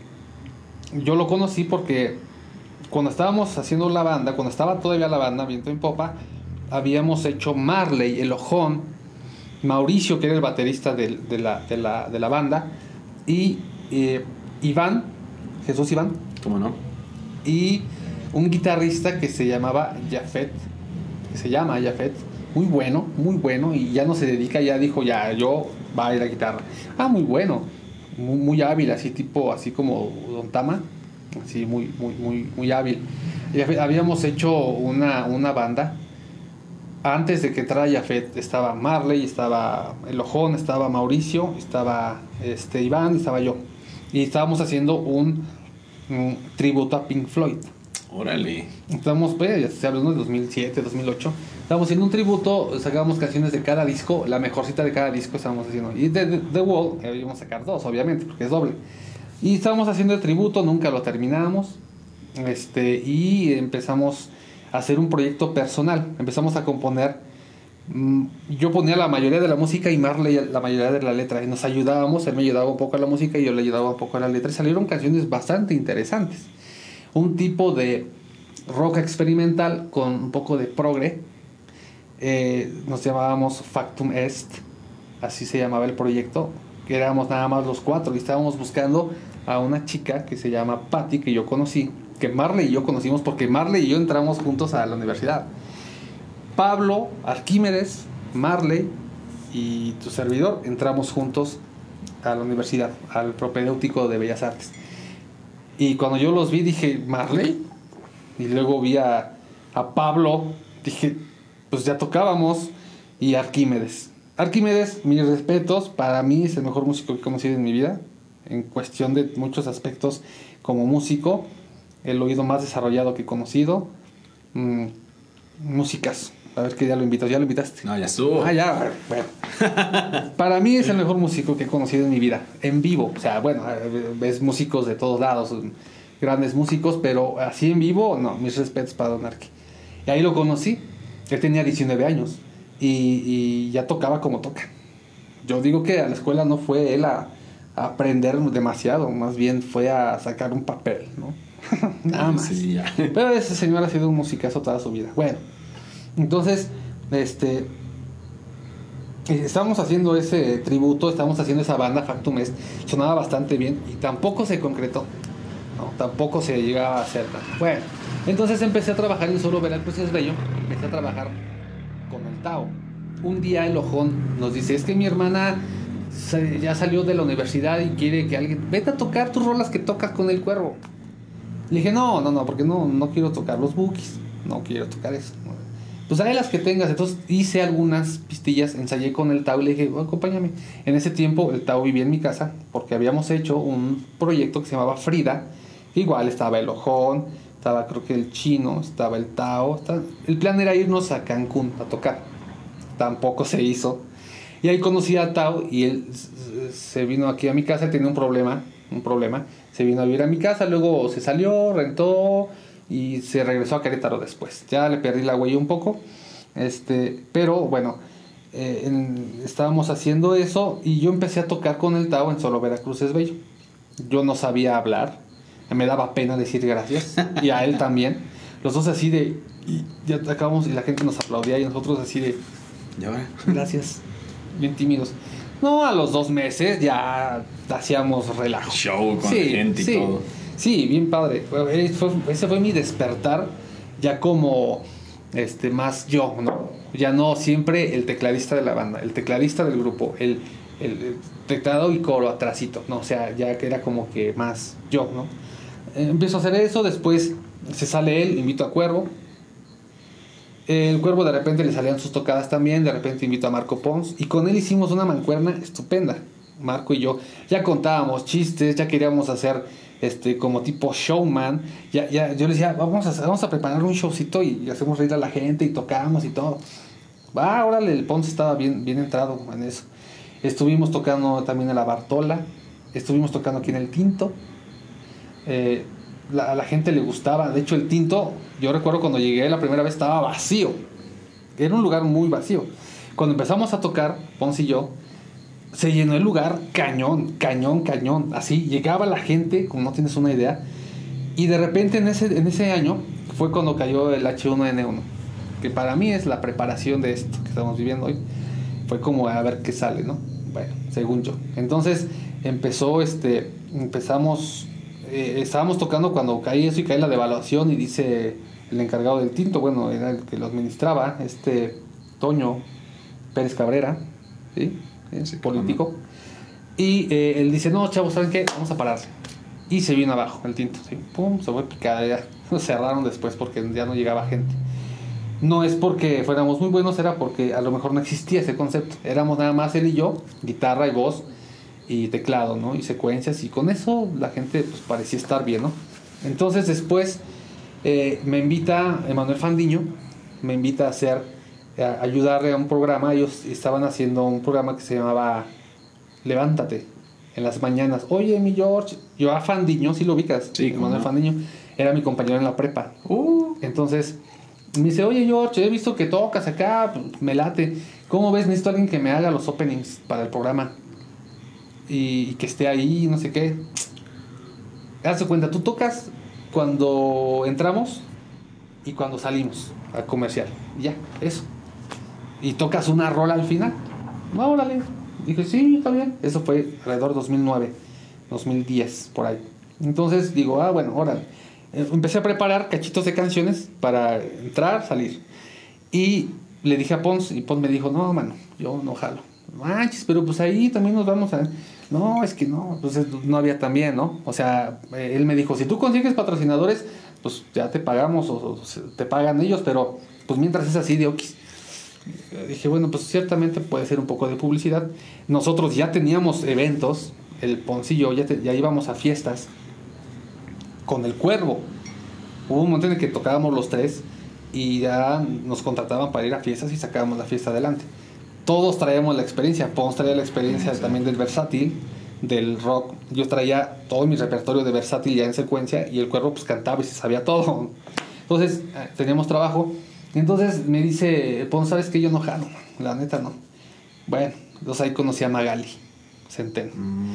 yo lo conocí porque cuando estábamos haciendo la banda, cuando estaba todavía la banda, Viento en Popa, habíamos hecho Marley, El Ojón, Mauricio, que era el baterista de, de, la, de, la, de la banda, y eh, Iván, Jesús Iván. ¿Cómo no? Y un guitarrista que se llamaba Jafet, que se llama Jafet, muy bueno, muy bueno, y ya no se dedica, ya dijo, ya, yo va a ir a la guitarra. Ah, muy bueno, muy, muy hábil, así tipo, así como Don Tama, así muy, muy, muy, muy hábil. Y habíamos hecho una, una banda. Antes de que entrara Jafet estaba Marley, estaba El Ojón, estaba Mauricio, estaba este, Iván, estaba yo. Y estábamos haciendo un, un tributo a Pink Floyd. Órale. Estamos, pues, ya estoy hablando de dos mil siete, dos mil ocho. Estábamos haciendo un tributo, sacábamos canciones de cada disco, la mejorcita de cada disco estábamos haciendo. Y de, de The Wall eh, íbamos a sacar dos, obviamente, porque es doble. Y estábamos haciendo el tributo, nunca lo terminamos. Este, y empezamos a hacer un proyecto personal. Empezamos a componer. Mmm, yo ponía la mayoría de la música y Marley la mayoría de la letra. Y nos ayudábamos, él me ayudaba un poco a la música y yo le ayudaba un poco a la letra. Y salieron canciones bastante interesantes. Un tipo de rock experimental con un poco de progre. Eh, nos llamábamos Factum Est, así se llamaba el proyecto, que éramos nada más los cuatro y estábamos buscando a una chica que se llama Patty, que yo conocí, que Marley y yo conocimos porque Marley y yo entramos juntos a la universidad. Pablo, Arquímedes, Marley y tu servidor entramos juntos a la universidad, al propedéutico de Bellas Artes. Y cuando yo los vi dije, Marley, y luego vi a, a Pablo, dije, pues ya tocábamos, y Arquímedes. Arquímedes, mis respetos, para mí es el mejor músico que he conocido en mi vida, en cuestión de muchos aspectos como músico, el oído más desarrollado que he conocido. Mm, músicas, a ver que ya lo invitas, ya lo invitaste. No, ya estuvo. Ah, ya, bueno. Para mí es el mejor músico que he conocido en mi vida, en vivo. O sea, bueno, ves músicos de todos lados, grandes músicos, pero así en vivo, no, mis respetos para Don Arqui. Y ahí lo conocí. Él tenía diecinueve años y, y ya tocaba como toca. Yo digo que a la escuela no fue él a, a aprender demasiado, más bien fue a sacar un papel, ¿no? Nada más. Sí, ya. Pero ese señor ha sido un musicazo toda su vida. Bueno, entonces, este, estábamos haciendo ese tributo, estábamos haciendo esa banda Factum Est, sonaba bastante bien y tampoco se concretó, ¿no? Tampoco se llegaba a hacer. Bueno, entonces empecé a trabajar en Solo Veracruz es Bello, empecé a trabajar con el Tao. Un día el Ojón nos dice, es que mi hermana se, ya salió de la universidad y quiere que alguien, vete a tocar tus rolas que tocas con el Cuervo. Le dije, no, no, no, porque no, no quiero tocar los bookies, no quiero tocar eso. Pues haré las que tengas. Entonces hice algunas pistillas, ensayé con el Tao y le dije, oh, acompáñame. En ese tiempo el Tao vivía en mi casa porque habíamos hecho un proyecto que se llamaba Frida. Igual estaba el Ojón, estaba creo que el Chino, estaba el Tao. Estaba... El plan era irnos a Cancún a tocar. Tampoco se hizo. Y ahí conocí a Tao y él se vino aquí a mi casa, él tenía un problema, un problema. Se vino a vivir a mi casa, luego se salió, rentó y se regresó a Querétaro después. Ya le perdí la huella un poco, este, pero bueno, eh, en, estábamos haciendo eso y yo empecé a tocar con el Tao en Solo Veracruz es Bello. Yo no sabía hablar, me daba pena decir gracias y a él también. Los dos así de, y ya acabamos y la gente nos aplaudía y nosotros así de, ¿ya? Gracias, bien tímidos. No, a los dos meses ya hacíamos relajo. Show con sí, gente y sí, todo. Sí, bien padre. Ese fue mi despertar ya como este más yo, ¿no? Ya no siempre el tecladista de la banda, el tecladista del grupo, el, el, el teclado y coro atrásito, ¿no? O sea, ya que era como que más yo, ¿no? Eh, empiezo a hacer eso, después se sale él, invito a Cuervo. El Cuervo de repente le salían sus tocadas también, de repente invito a Marco Pons y con él hicimos una mancuerna estupenda. Marco y yo ya contábamos chistes, ya queríamos hacer este como tipo showman, ya, ya yo le decía, vamos a, vamos a preparar un showcito y, y hacemos reír a la gente y tocamos y todo. Va, órale, el Pons estaba bien, bien entrado en eso. Estuvimos tocando también en la Bartola, estuvimos tocando aquí en el Tinto. Eh, La, a la gente le gustaba. De hecho, el Tinto, yo recuerdo cuando llegué la primera vez estaba vacío. Era un lugar muy vacío. Cuando empezamos a tocar, Ponce y yo, se llenó el lugar cañón, cañón, cañón. Así, llegaba la gente, como no tienes una idea. Y de repente en ese, en ese año fue cuando cayó el hache uno ene uno. Que para mí es la preparación de esto que estamos viviendo hoy. Fue como a ver qué sale, ¿no? Bueno, según yo. Entonces empezó, este, empezamos, eh, estábamos tocando cuando caí eso y cae la devaluación y dice el encargado del tinto, bueno, era el que lo administraba, este Toño Pérez Cabrera, ¿sí? Es político. Y eh, él dice, no, chavos, ¿saben qué? Vamos a parar. Y se vino abajo el tinto, ¿sí? Pum, se fue picada, ya lo cerraron después porque ya no llegaba gente. No es porque fuéramos muy buenos, era porque a lo mejor no existía ese concepto. Éramos nada más él y yo, guitarra y voz y teclado, ¿no? Y secuencias, y con eso la gente pues parecía estar bien, ¿no? Entonces después eh, me invita Emanuel Fandiño, me invita a hacer, a ayudarle a un programa. Ellos estaban haciendo un programa que se llamaba Levántate, en las mañanas. Oye, mi George, yo a Fandiño, ¿sí lo ubicas? Sí, Emanuel no. Fandiño era mi compañero en la prepa. Uh. Entonces me dice, oye George, he visto que tocas acá, pues, me late. ¿Cómo ves? Necesito a alguien que me haga los openings para el programa. Y, y que esté ahí, no sé qué. Haz de cuenta, tú tocas cuando entramos y cuando salimos al comercial. Y ya, eso. Y tocas una rola al final. No, órale. Dije, sí, está bien. Eso fue alrededor de dos mil nueve, dos mil diez, por ahí. Entonces digo, ah, bueno, órale. Empecé a preparar cachitos de canciones para entrar, salir. Y le dije a Pons, y Pons me dijo, no, mano, yo no jalo. Manches, pero pues ahí también nos vamos a... No, es que no, pues no había también, ¿no? O sea, él me dijo, si tú consigues patrocinadores, pues ya te pagamos, o, o te pagan ellos, pero pues mientras es así de okis. Dije, bueno, pues ciertamente puede ser un poco de publicidad. Nosotros ya teníamos eventos, el Pons y yo ya, te, ya íbamos a fiestas con el Cuervo. Hubo un momento en el que tocábamos los tres y ya nos contrataban para ir a fiestas y sacábamos la fiesta adelante. Todos traíamos la experiencia. Pons traía la experiencia sí. también del versátil, del rock. Yo traía todo mi repertorio de versátil ya en secuencia, y el Cuervo pues cantaba y se sabía todo. Entonces teníamos trabajo. Entonces me dice Pons, ¿sabes qué? Yo no jalo, la neta no. Bueno, entonces ahí conocí a Magali Centeno. Mm.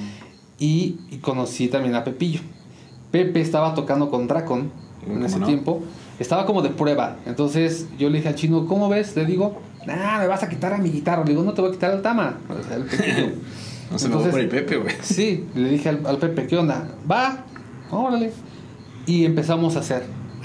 y, y conocí también a Pepillo. Pepe estaba tocando con Dracon en ese no? tiempo. Estaba como de prueba. Entonces yo le dije al chino, ¿cómo ves? Le digo, nah, me vas a quitar a mi guitarra. Le digo, no te voy a quitar el tama. O sea, el Pepillo. No se me va por el Pepe, güey. Sí, le dije al, al Pepe, ¿qué onda? Va, órale. Y empezamos a hacer.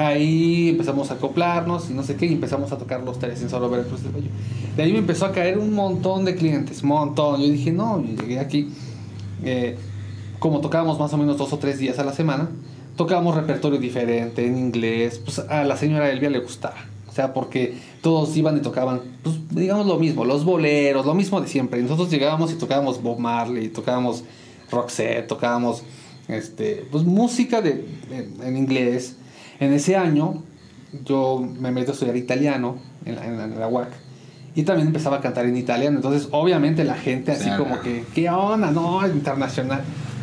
Ahí empezamos a acoplarnos y no sé qué, y empezamos a tocar los tres en Solo Veracruz del Bello. De ahí me empezó a caer un montón de clientes, montón. Yo dije, no, yo llegué aquí. Eh, como tocábamos más o menos dos o tres días a la semana, tocábamos repertorio diferente, en inglés. Pues a la señora Elvia le gustaba. O sea, porque todos iban y tocaban, pues digamos lo mismo, los boleros, lo mismo de siempre. Y nosotros llegábamos y tocábamos Bob Marley, tocábamos Roxette, tocábamos este, pues, música de, en, en inglés. En ese año yo me metí a estudiar italiano en la, en la, en la U A C y también empezaba a cantar en italiano. Entonces obviamente la gente así claro. como que, ¿qué onda? No, es internacional.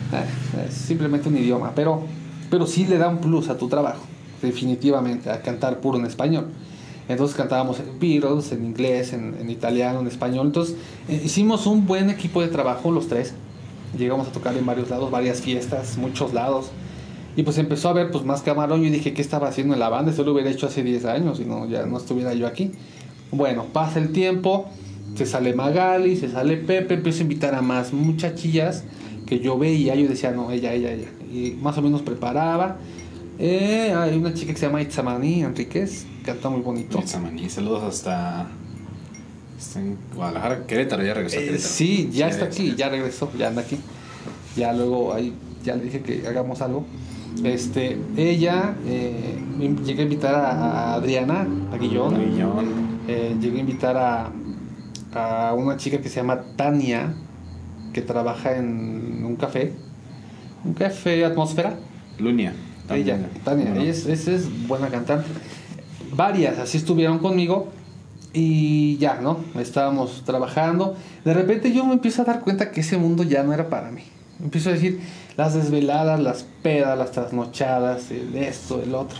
Es simplemente un idioma, pero, pero sí le da un plus a tu trabajo, definitivamente, a cantar puro en español. Entonces cantábamos en Beatles, en inglés, en, en italiano, en español. Entonces eh, hicimos un buen equipo de trabajo los tres. Llegamos a tocar en varios lados, varias fiestas, muchos lados. Y pues empezó a ver pues más camarón. Yo dije, ¿qué estaba haciendo en la banda? Eso lo hubiera hecho hace diez años y no, ya no estuviera yo aquí. Bueno, pasa el tiempo, se sale Magali, se sale Pepe, empiezo a invitar a más muchachillas que yo veía. Yo decía, no, ella, ella, ella. Y más o menos preparaba. Eh, hay una chica que se llama Itzamani Enríquez, canta muy bonito. Itzamani, saludos hasta, hasta en Guadalajara, Querétaro, ya regresó a Querétaro. Eh, sí, ya sí, está aquí, ya regresó, ya anda aquí. Ya luego ahí, ya le dije que hagamos algo. Este, ella, eh, llegué a invitar a, a Adriana, a Guillón. A Guillón. Eh, llegué a invitar a, a una chica que se llama Tania, que trabaja en un café, un café Atmósfera. Lunia. Ella, Tania, bueno. ella es, es, es buena cantante. Varias así estuvieron conmigo y ya, ¿no? Estábamos trabajando. De repente yo me empiezo a dar cuenta que ese mundo ya no era para mí. Empiezo a decir las desveladas, las pedas, las trasnochadas, el esto, el otro.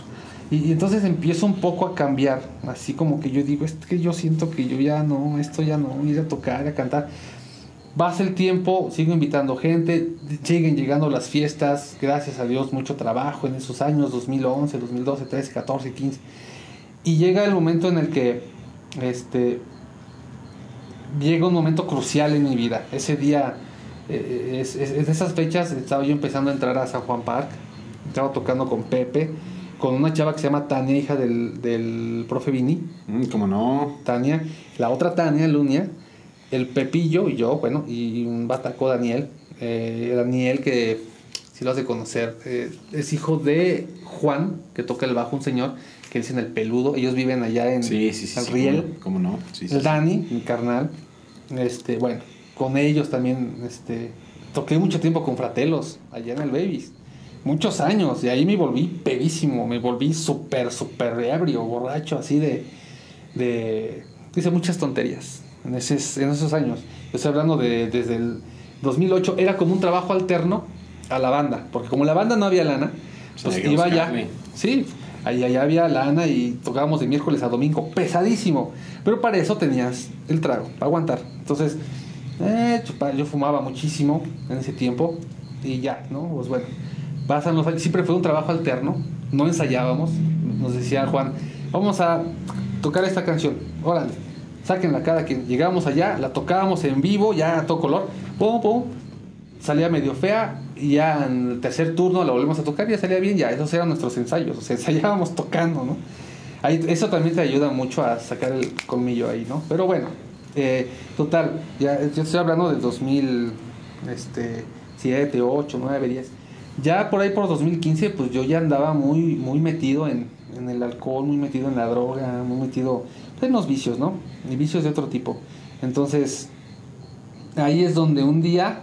Y, y entonces empiezo un poco a cambiar, así como que yo digo, es que yo siento que yo ya no, esto ya no, ir a tocar, a cantar. Pasa el tiempo, sigo invitando gente, siguen llegando las fiestas, gracias a Dios, mucho trabajo en esos años, dos mil once, dos mil doce, trece, catorce, quince. Y llega el momento en el que, este, llega un momento crucial en mi vida. Ese día, eh, es, es, es de esas fechas, estaba yo empezando a entrar a San Juan Park, estaba tocando con Pepe, con una chava que se llama Tania, hija del, del profe Vini. Mm, ¿Cómo no? Tania, la otra Tania, Lunia, el Pepillo y yo, bueno, y un bataco Daniel. Eh, Daniel, que si lo has de conocer, eh, es hijo de Juan, que toca el bajo, un señor que dicen el peludo. Ellos viven allá en sí, sí, sí, el sí, Riel. ¿Cómo no? Sí, sí, el sí. Dani, mi carnal. Este, bueno, con ellos también, este, toqué mucho tiempo con Fratellos, allá en el Babies. Muchos años, y ahí me volví pedísimo, me volví súper, súper ebrio, borracho, así de, de... Hice muchas tonterías en, ese, en esos años. Estoy hablando de desde el dos mil ocho, era como un trabajo alterno a la banda, porque como la banda no había lana, pues sí, iba allá. buscarle. Sí, ahí allá había lana y tocábamos de miércoles a domingo, pesadísimo. Pero para eso tenías el trago, para aguantar. Entonces, eh, chupa, yo fumaba muchísimo en ese tiempo y ya, ¿no? Pues bueno, pasan los años, siempre fue un trabajo alterno, no ensayábamos. Nos decía Juan, vamos a tocar esta canción, órale, sáquenla cada quien. Llegábamos allá, la tocábamos en vivo, ya a todo color, pum, pum, salía medio fea, y ya en el tercer turno la volvemos a tocar y ya salía bien. Ya esos eran nuestros ensayos, o sea, ensayábamos tocando, ¿no? Ahí, eso también te ayuda mucho a sacar el colmillo ahí, ¿no? Pero bueno, eh, total, ya yo estoy hablando del dos mil siete, ocho, nueve, diez. Ya por ahí por dos mil quince, pues yo ya andaba muy, muy metido en, en el alcohol, muy metido en la droga, muy metido en los vicios, ¿no? Y vicios de otro tipo. Entonces, ahí es donde un día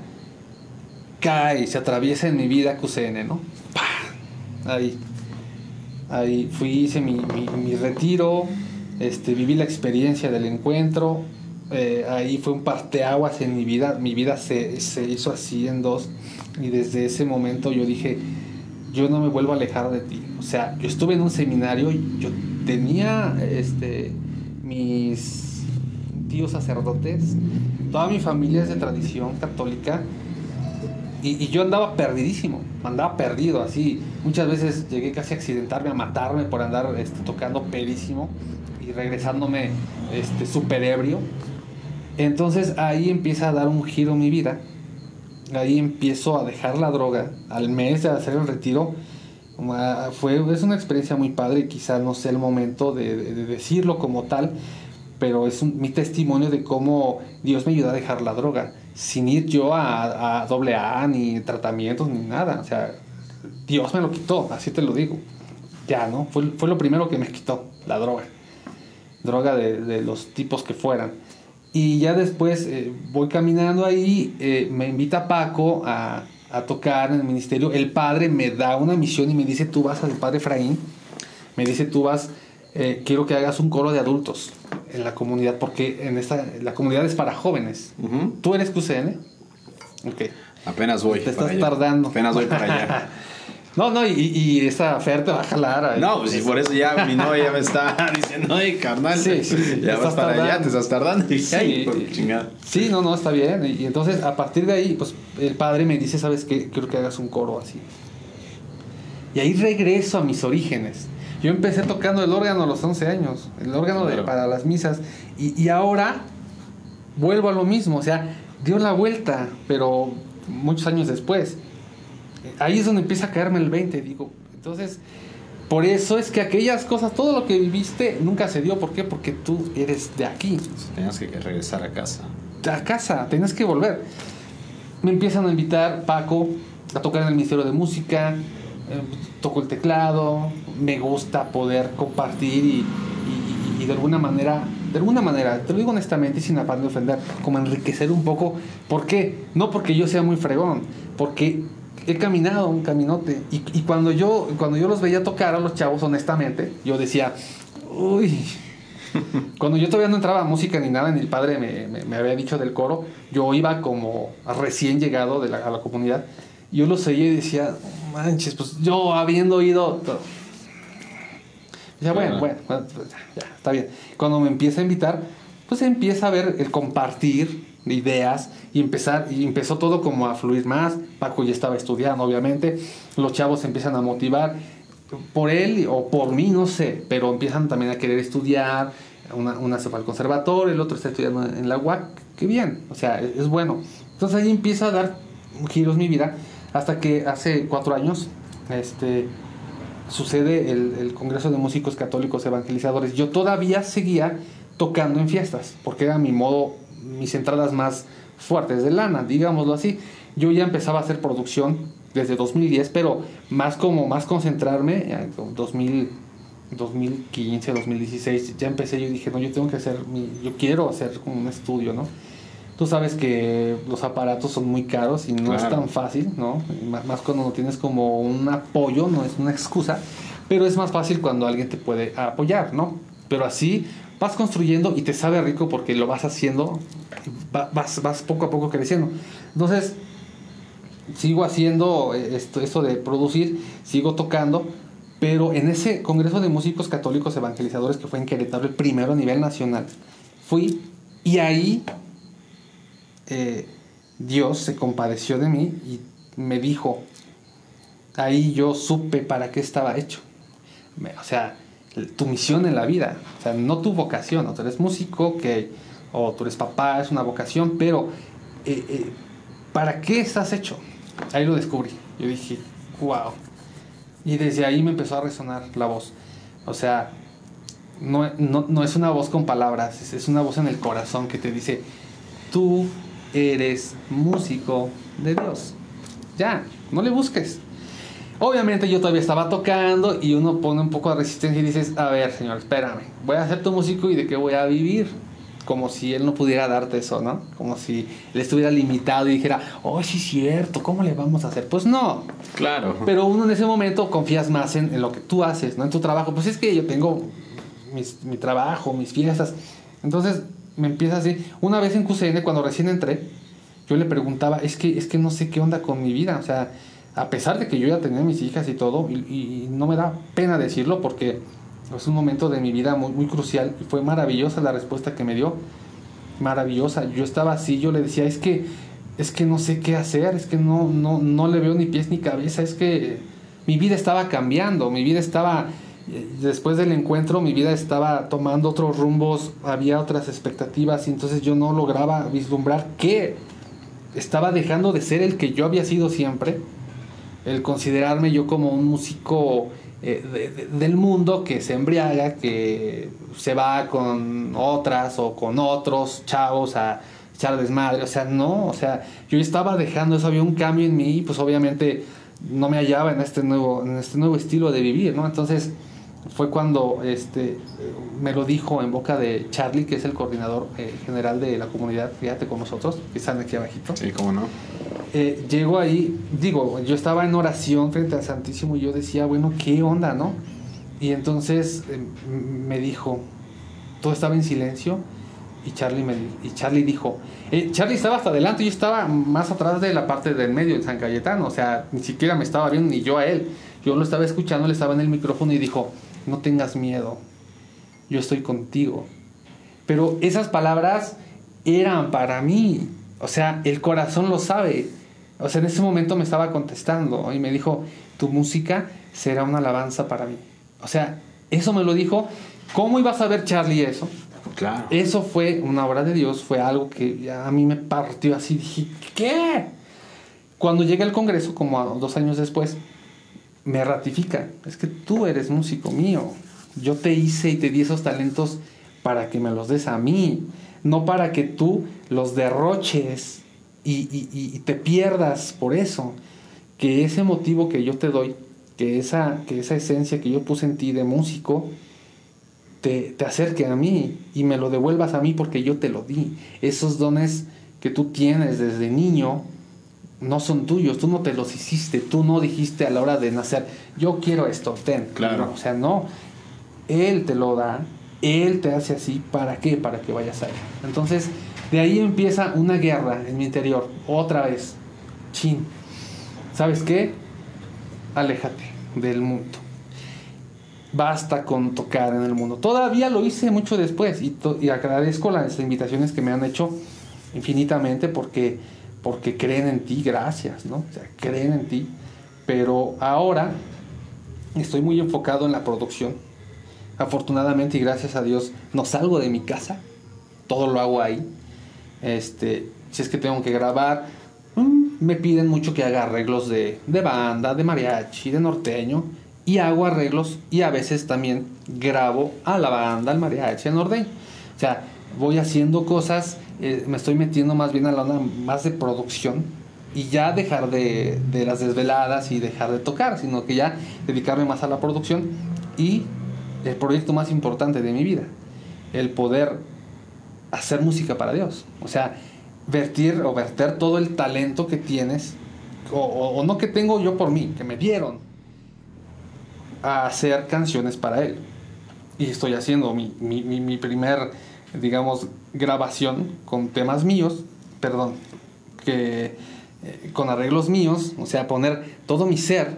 cae, se atraviesa en mi vida Q C N, ¿no? ¡Pah! Ahí. Ahí fui, hice mi, mi, mi retiro, este, viví la experiencia del encuentro. Eh, ahí fue un parteaguas en mi vida. Mi vida se, se hizo así en dos. Y desde ese momento yo dije, yo no me vuelvo a alejar de ti. O sea, yo estuve en un seminario y yo tenía este, mis tíos sacerdotes, toda mi familia es de tradición católica. Y, y yo andaba perdidísimo, andaba perdido, así. Muchas veces llegué casi a accidentarme, a matarme por andar este, tocando pedísimo y regresándome este, súper ebrio. Entonces ahí empieza a dar un giro mi vida. Ahí empiezo a dejar la droga. Al mes de hacer el retiro, fue, es una experiencia muy padre. Quizá no sea el momento de, de, de decirlo como tal, pero es un, mi testimonio de cómo Dios me ayudó a dejar la droga, sin ir yo a, a doble A, ni tratamientos, ni nada. O sea, Dios me lo quitó, así te lo digo. Ya, ¿no? Fue, fue lo primero que me quitó, la droga. Droga de, de los tipos que fueran. Y ya después eh, voy caminando ahí, eh, me invita Paco a, a tocar en el ministerio. El padre me da una misión y me dice, tú vas al padre Efraín, me dice, tú vas, eh, quiero que hagas un coro de adultos en la comunidad, porque en esta la comunidad es para jóvenes. Uh-huh. ¿Tú eres Q C N? Ok. Apenas voy. Te estás allá. tardando. Apenas voy para allá. No, no, y, y esa Fer te va a jalar. Ahí. No, pues si por eso ya mi novia ya me está diciendo, ay, carnal, sí, sí, sí, ya vas para tardando. allá, te estás tardando. Y sí, ay, por chingada. Sí, no, no, está bien. Y entonces, a partir de ahí, pues el padre me dice, ¿sabes qué? Quiero que hagas un coro así. Y ahí regreso a mis orígenes. Yo empecé tocando el órgano a los once años, el órgano de, para las misas. Y, y ahora vuelvo a lo mismo, o sea, dio la vuelta, pero muchos años después. Ahí es donde empieza a caerme el veinte, digo. Entonces, por eso es que aquellas cosas, todo lo que viviste, nunca se dio. ¿Por qué? Porque tú eres de aquí. Tenías que regresar a casa. A casa, tenías que volver. Me empiezan a invitar, Paco, a tocar en el Ministerio de Música. Eh, toco el teclado. Me gusta poder compartir y, y, y de alguna manera, de alguna manera, te lo digo honestamente y sin afán de ofender, como enriquecer un poco. ¿Por qué? No porque yo sea muy fregón, porque he caminado un caminote y, y cuando yo cuando yo los veía tocar a los chavos, honestamente, yo decía, uy, cuando yo todavía no entraba a música ni nada, ni el padre me, me, me había dicho del coro, yo iba como recién llegado de la, a la comunidad, yo los oía y decía, manches, pues yo habiendo oído, Ya, bueno, bueno, bueno, pues ya, ya, está bien. Cuando me empieza a invitar, pues empieza a ver el compartir ideas y empezar, y empezó todo como a fluir más. Paco ya estaba estudiando, obviamente. Los chavos se empiezan a motivar por él o por mí, no sé, pero empiezan también a querer estudiar. Una, una se fue al conservatorio, el otro está estudiando en la U A C. Qué bien, o sea, es, es bueno. Entonces ahí empieza a dar giros mi vida hasta que hace cuatro años este, sucede el, el Congreso de Músicos Católicos Evangelizadores. Yo todavía seguía tocando en fiestas porque era mi modo, mis entradas más fuertes de lana, digámoslo así. Yo ya empezaba a hacer producción desde dos mil diez, pero más como más concentrarme en dos mil, dos mil quince, dos mil dieciséis. Ya empecé, yo dije, no, yo tengo que hacer mi, yo quiero hacer como un estudio, ¿no? Tú sabes que los aparatos son muy caros y no claro. es tan fácil, ¿no? Más cuando no tienes como un apoyo, no es una excusa, pero es más fácil cuando alguien te puede apoyar, ¿no? Pero así vas construyendo y te sabe rico porque lo vas haciendo, vas, vas poco a poco creciendo. Entonces, sigo haciendo esto, esto de producir, sigo tocando, pero en ese Congreso de Músicos Católicos Evangelizadores que fue en Querétaro, el primero a nivel nacional, fui y ahí... Eh, Dios se compadeció de mí y me dijo, ahí yo supe para qué estaba hecho. O sea, tu misión en la vida, o sea, no tu vocación, o tú eres músico, que, o tú eres papá, es una vocación, pero eh, eh, ¿para qué estás hecho? Ahí lo descubrí. Yo dije, wow. Y desde ahí me empezó a resonar la voz. O sea, no, no, no es una voz con palabras, es, es una voz en el corazón que te dice, tú eres músico de Dios. Ya, no le busques. Obviamente yo todavía estaba tocando y uno pone un poco de resistencia y dices, a ver, señor, espérame, voy a ser tu músico y de qué voy a vivir. Como si él no pudiera darte eso, ¿no? Como si él estuviera limitado y dijera, oh, sí es cierto, ¿cómo le vamos a hacer? Pues no. Claro. Pero uno en ese momento confías más en, en lo que tú haces, ¿no? En tu trabajo. Pues es que yo tengo mis, mi trabajo, mis fiestas. Entonces me empieza así. Una vez en Q C N, cuando recién entré, yo le preguntaba, es que, es que no sé qué onda con mi vida. O sea, a pesar de que yo ya tenía mis hijas y todo, y, y no me da pena decirlo porque es un momento de mi vida muy, muy crucial y fue maravillosa la respuesta que me dio. Maravillosa. Yo estaba así, yo le decía, es que, es que no sé qué hacer, es que no, no, no le veo ni pies ni cabeza, es que mi vida estaba cambiando, mi vida estaba... Después del encuentro mi vida estaba tomando otros rumbos, había otras expectativas y entonces yo no lograba vislumbrar que estaba dejando de ser el que yo había sido siempre, el considerarme yo como un músico eh, de, de, del mundo que se embriaga, que se va con otras o con otros chavos a echar desmadre. O sea, no, o sea, yo estaba dejando eso, había un cambio en mí y pues obviamente no me hallaba en este nuevo, en este nuevo estilo de vivir, ¿no? Entonces fue cuando este, me lo dijo en boca de Charlie, que es el coordinador eh, general de la comunidad, fíjate con nosotros, que están aquí abajito. Sí, cómo no. Eh, llego ahí, digo, yo estaba en oración frente al Santísimo y yo decía, bueno, ¿qué onda, no? Y entonces eh, me dijo, todo estaba en silencio y Charlie, me, y Charlie dijo, eh, Charlie estaba hasta adelante, yo estaba más atrás de la parte del medio, en San Cayetano, o sea, ni siquiera me estaba viendo ni yo a él. Yo lo estaba escuchando, él estaba en el micrófono y dijo, no tengas miedo, yo estoy contigo. Pero esas palabras eran para mí, o sea, el corazón lo sabe. O sea, en ese momento me estaba contestando y me dijo, tu música será una alabanza para mí. O sea, eso me lo dijo. ¿Cómo iba a saber Charlie eso? Claro. Eso fue una obra de Dios, fue algo que a mí me partió así. Dije, ¿qué? Cuando llegué al Congreso, como a dos años después, me ratifica, es que tú eres músico mío. Yo te hice y te di esos talentos para que me los des a mí, no para que tú los derroches y, y, y te pierdas por eso. Que ese motivo que yo te doy, que esa, que esa esencia que yo puse en ti de músico, te, te acerque a mí y me lo devuelvas a mí porque yo te lo di. Esos dones que tú tienes desde niño no son tuyos, tú no te los hiciste, tú no dijiste a la hora de nacer, yo quiero esto, ten. Claro. No, o sea, no. Él te lo da, Él te hace así, ¿para qué? Para que vayas allá. Entonces, de ahí empieza una guerra en mi interior, otra vez. Chin. ¿Sabes qué? Aléjate del mundo. basta con tocar en el mundo. Todavía lo hice mucho después y, to- y agradezco las invitaciones que me han hecho infinitamente porque, porque creen en ti, gracias, ¿no? O sea, creen en ti, pero ahora estoy muy enfocado en la producción. Afortunadamente y gracias a Dios no salgo de mi casa, todo lo hago ahí. Este, si es que tengo que grabar, mmm, me piden mucho que haga arreglos de, de banda, de mariachi, de norteño, y hago arreglos y a veces también grabo a la banda, al mariachi, al norteño. O sea, voy haciendo cosas, eh, me estoy metiendo más bien a la onda más de producción y ya dejar de, de las desveladas y dejar de tocar, sino que ya dedicarme más a la producción y el proyecto más importante de mi vida, el poder hacer música para Dios. O sea, vertir o verter todo el talento que tienes, o, o, o no que tengo yo por mí, que me dieron, a hacer canciones para Él. Y estoy haciendo mi, mi, mi, mi primer, digamos, grabación con temas míos, perdón, que eh, con arreglos míos, o sea, poner todo mi ser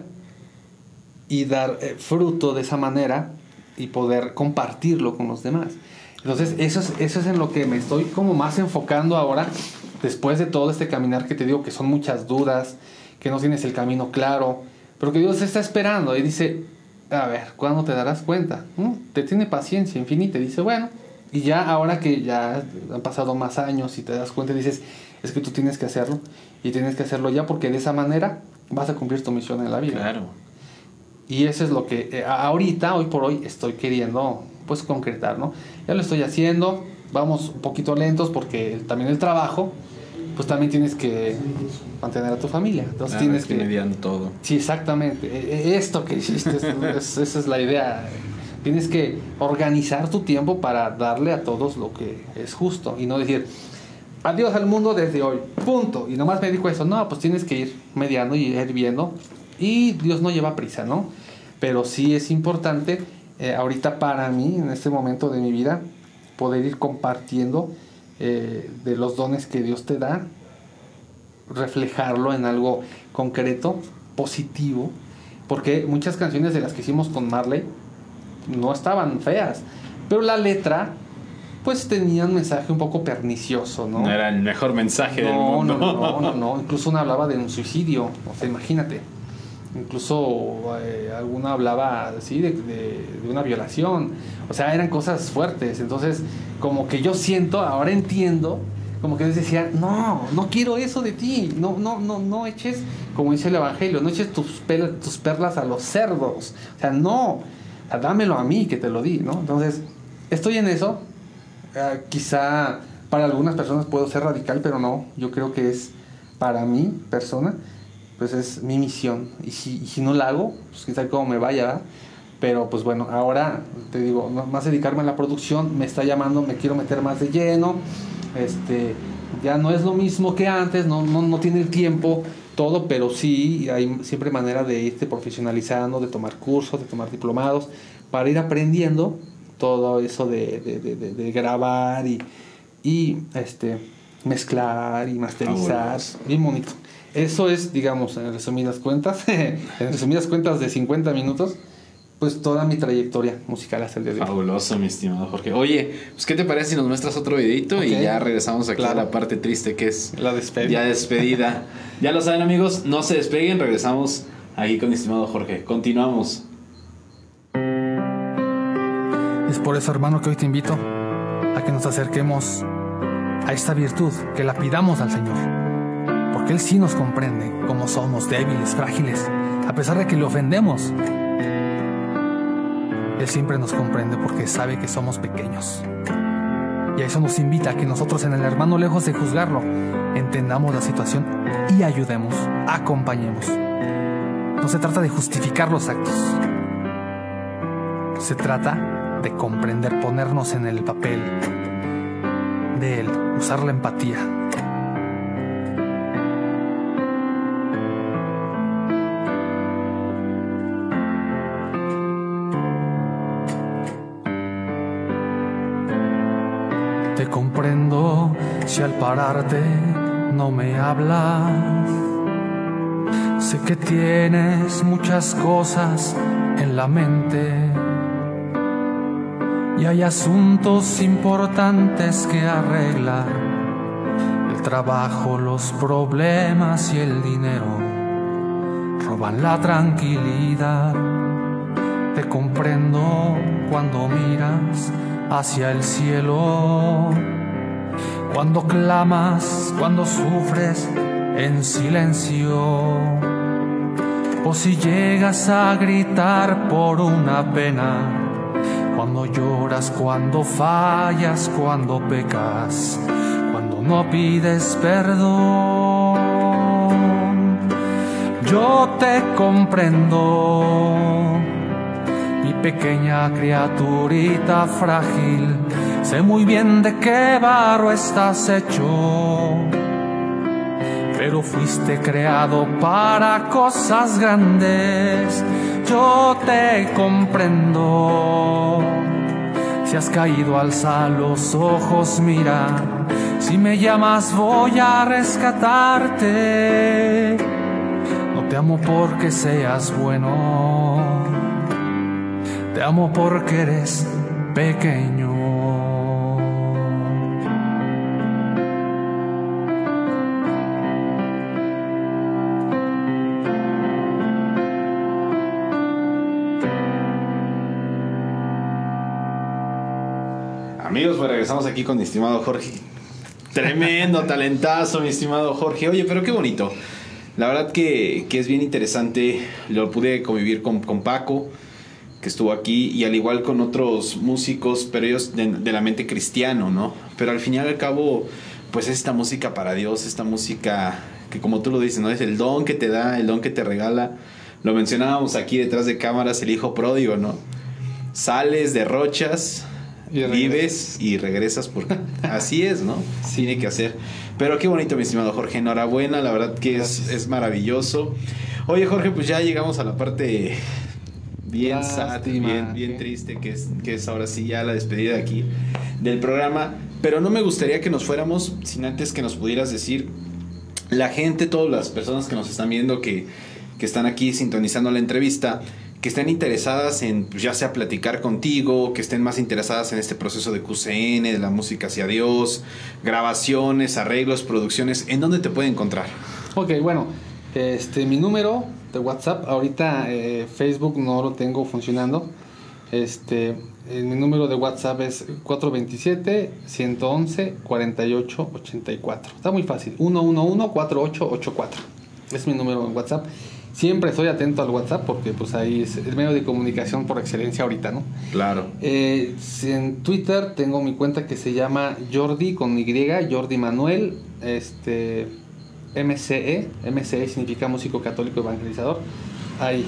y dar eh, fruto de esa manera y poder compartirlo con los demás. Entonces eso es, eso es en lo que me estoy como más enfocando ahora, después de todo este caminar que te digo que son muchas dudas, que no tienes el camino claro, pero que Dios está esperando y dice, a ver, ¿cuándo te darás cuenta? ¿Mm? Te tiene paciencia infinita y dice, bueno, y ya ahora que ya han pasado más años y te das cuenta y dices, es que tú tienes que hacerlo y tienes que hacerlo ya porque de esa manera vas a cumplir tu misión en la vida. Claro. Y eso es lo que eh, ahorita, hoy por hoy, estoy queriendo pues concretar, ¿no? Ya lo estoy haciendo, vamos un poquito lentos porque el, también el trabajo, pues también tienes que mantener a tu familia. Entonces Claro, tienes es que que... mediando todo. Sí, exactamente. E- e- Esto que hiciste, es, es, esa es la idea. Tienes que organizar tu tiempo para darle a todos lo que es justo y no decir, adiós al mundo desde hoy, punto. Y nomás me dijo eso, no, pues tienes que ir mediando y ir viendo. Y Dios no lleva prisa, ¿no? Pero sí es importante, eh, ahorita para mí, en este momento de mi vida, poder ir compartiendo eh, de los dones que Dios te da, reflejarlo en algo concreto, positivo, porque muchas canciones de las que hicimos con Marley no estaban feas, pero la letra pues tenía un mensaje un poco pernicioso, ¿no? No era el mejor mensaje no, del mundo. No, no, no, no, incluso una hablaba de un suicidio, o sea, imagínate. Incluso eh, alguna hablaba así de, de, de una violación. O sea, eran cosas fuertes. Entonces, como que yo siento, ahora entiendo, como que Dios decía, no, no quiero eso de ti. No, no, no, no eches, como dice el Evangelio, no eches tus, pel- tus perlas a los cerdos. O sea, no, o sea, dámelo a mí que te lo di, ¿no? Entonces, estoy en eso. Eh, quizá para algunas personas puedo ser radical, pero no. Yo creo que es para mi persona, pues es mi misión. Y si, y si no la hago, pues quién sabe cómo me vaya, ¿verdad? Pero pues bueno, ahora te digo, no, más dedicarme a la producción, me está llamando, me quiero meter más de lleno. Este, ya no es lo mismo que antes, no, no, no tiene el tiempo todo, pero sí hay siempre manera de irte profesionalizando, de tomar cursos, de tomar diplomados, para ir aprendiendo todo eso de, de, de, de, de grabar y, y este, mezclar y masterizar. Bien bonito. Eso es, digamos, en resumidas cuentas, en resumidas cuentas de cincuenta minutos, pues toda mi trayectoria musical hasta el día de hoy. Fabuloso, mi estimado Jorge. Oye, pues ¿qué te parece si nos muestras otro videito? Okay. Y ya regresamos aquí claro. a la parte triste que es la despedida. Ya despedida. Ya lo saben, amigos, no se despeguen, regresamos aquí con mi estimado Jorge. Continuamos. Es por eso, hermano, que hoy te invito a que nos acerquemos a esta virtud, que la pidamos al Señor. Porque Él sí nos comprende como somos, débiles, frágiles, a pesar de que le ofendemos. Él siempre nos comprende porque sabe que somos pequeños. Y a eso nos invita a que nosotros en el hermano, lejos de juzgarlo, entendamos la situación y ayudemos, acompañemos. No se trata de justificar los actos. Se trata de comprender, ponernos en el papel de Él, usar la empatía. Te comprendo si al pararte no me hablas. Sé que tienes muchas cosas en la mente. y hay asuntos importantes que arreglar. El trabajo, los problemas y el dinero roban la tranquilidad. Te comprendo cuando miras hacia el cielo, cuando clamas, cuando sufres en silencio, o si llegas a gritar por una pena, cuando lloras, cuando fallas, cuando pecas, cuando no pides perdón. Yo te comprendo, mi pequeña criaturita frágil, sé muy bien de qué barro estás hecho, pero fuiste creado para cosas grandes. Yo te comprendo. Si has caído, alza los ojos, mira. Si me llamas, voy a rescatarte. No te amo porque seas bueno, te amo porque eres pequeño. Amigos, pues regresamos aquí con mi estimado Jorge. Tremendo talentazo, mi estimado Jorge. Oye, pero qué bonito. La verdad que, que es bien interesante. Lo pude convivir con, con Paco, que estuvo aquí, y al igual con otros músicos, pero ellos de, de la mente cristiano, ¿no? Pero al final y al cabo, pues es esta música para Dios, esta música que, como tú lo dices, ¿no? Es el don que te da, el don que te regala. Lo mencionábamos aquí detrás de cámaras, el hijo pródigo, ¿no? Sales, derrochas, y vives y regresas porque así es, ¿no? Sí. Tiene que hacer. Pero qué bonito, mi estimado Jorge. Enhorabuena, la verdad que es, es maravilloso. Oye, Jorge, pues ya llegamos a la parte bien sad, bien, bien triste, que es, que es ahora sí ya la despedida de aquí del programa. Pero no me gustaría que nos fuéramos sin antes que nos pudieras decir, la gente, todas las personas que nos están viendo, que, que están aquí sintonizando la entrevista, que estén interesadas en, pues, ya sea platicar contigo, que estén más interesadas en este proceso de Q C N, de la música hacia Dios, grabaciones, arreglos, producciones, ¿en dónde te pueden encontrar? Ok, bueno, este, mi número de WhatsApp, ahorita eh, Facebook no lo tengo funcionando. Este, eh, mi número de WhatsApp es cuatro dos siete, uno uno uno, cuatro ocho ocho cuatro. Está muy fácil, uno uno uno, cuatro ocho ocho cuatro. Es mi número en WhatsApp. Siempre estoy atento al WhatsApp porque pues ahí es el medio de comunicación por excelencia ahorita, ¿no? Claro. Eh, en Twitter tengo mi cuenta que se llama Jordi con Y, Jordi Manuel, este, M C E. M C E significa músico católico evangelizador. Ahí.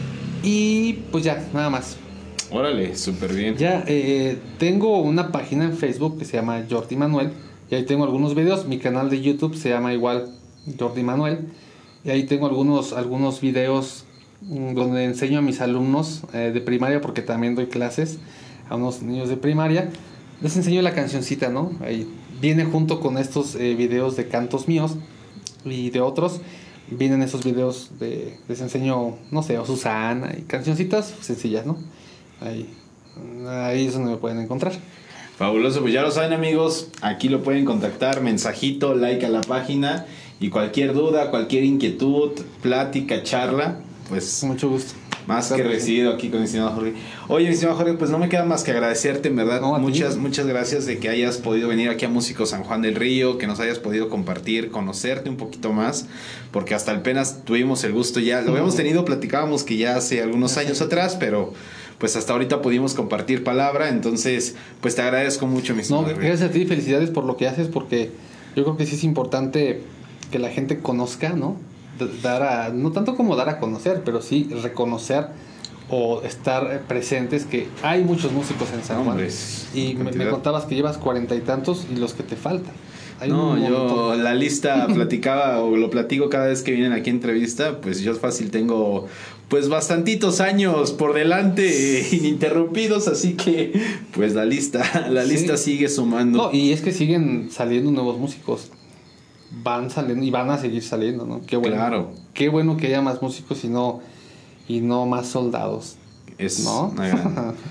Y pues ya, nada más. Órale, súper bien. Ya, eh, tengo una página en Facebook que se llama Jordi Manuel. Y ahí tengo algunos videos. Mi canal de YouTube se llama igual Jordi Manuel. Y ahí tengo algunos, algunos videos donde enseño a mis alumnos eh, de primaria, porque también doy clases a unos niños de primaria. Les enseño la cancioncita, ¿no? Ahí viene junto con estos eh, videos de cantos míos y de otros. Vienen esos videos de... Les enseño, no sé, o Susana y cancioncitas sencillas, ¿no? Ahí, ahí es donde me pueden encontrar. Fabuloso, pues ya lo saben, amigos. Aquí lo pueden contactar, mensajito, like a la página. Y cualquier duda, cualquier inquietud, plática, charla, pues mucho gusto. Más claro que recibido sí. Aquí con el estimado Jorge. Oye, mi estimado Jorge, pues no me queda más que agradecerte, en verdad. No, muchas, muchas gracias de que hayas podido venir aquí a Músico San Juan del Río, que nos hayas podido compartir, conocerte un poquito más, porque hasta apenas tuvimos el gusto ya. Lo habíamos tenido, platicábamos que ya hace algunos años atrás, pero pues hasta ahorita pudimos compartir palabra. Entonces, pues te agradezco mucho, mi estimado. No, gracias a ti, felicidades por lo que haces, porque yo creo que sí es importante que la gente conozca, ¿no? Dar a, no tanto como dar a conocer, pero sí reconocer o estar presentes que hay muchos músicos en San Juan. Hombres, y me, me contabas que llevas cuarenta y tantos y los que te faltan. Hay no, yo la lista platicaba o lo platico cada vez que vienen aquí a entrevista, pues yo fácil tengo pues bastantitos años por delante ininterrumpidos, así que pues la lista, la lista sí. sigue sumando. No, y es que siguen saliendo nuevos músicos. Van saliendo y van a seguir saliendo, ¿no? Qué bueno. Claro. Qué bueno que haya más músicos y no, y no más soldados. Es ¿no? una gran,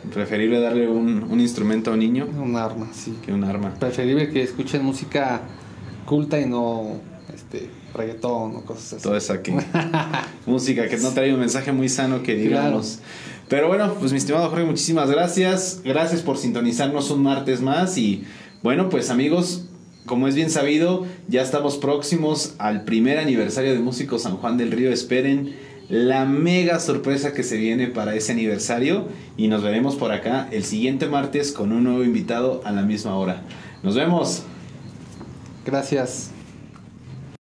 Preferible darle un, un instrumento a un niño Un arma, sí. que un arma. Preferible que escuchen música culta y no este reggaetón o cosas así. Toda esa que música que no trae un mensaje muy sano que digamos. Claro. Pero bueno, pues mi estimado Jorge, muchísimas gracias. Gracias por sintonizarnos un martes más. Y bueno, pues amigos, como es bien sabido, ya estamos próximos al primer aniversario de Músicos San Juan del Río. Esperen la mega sorpresa que se viene para ese aniversario. Y nos veremos por acá el siguiente martes con un nuevo invitado a la misma hora. Nos vemos. Gracias.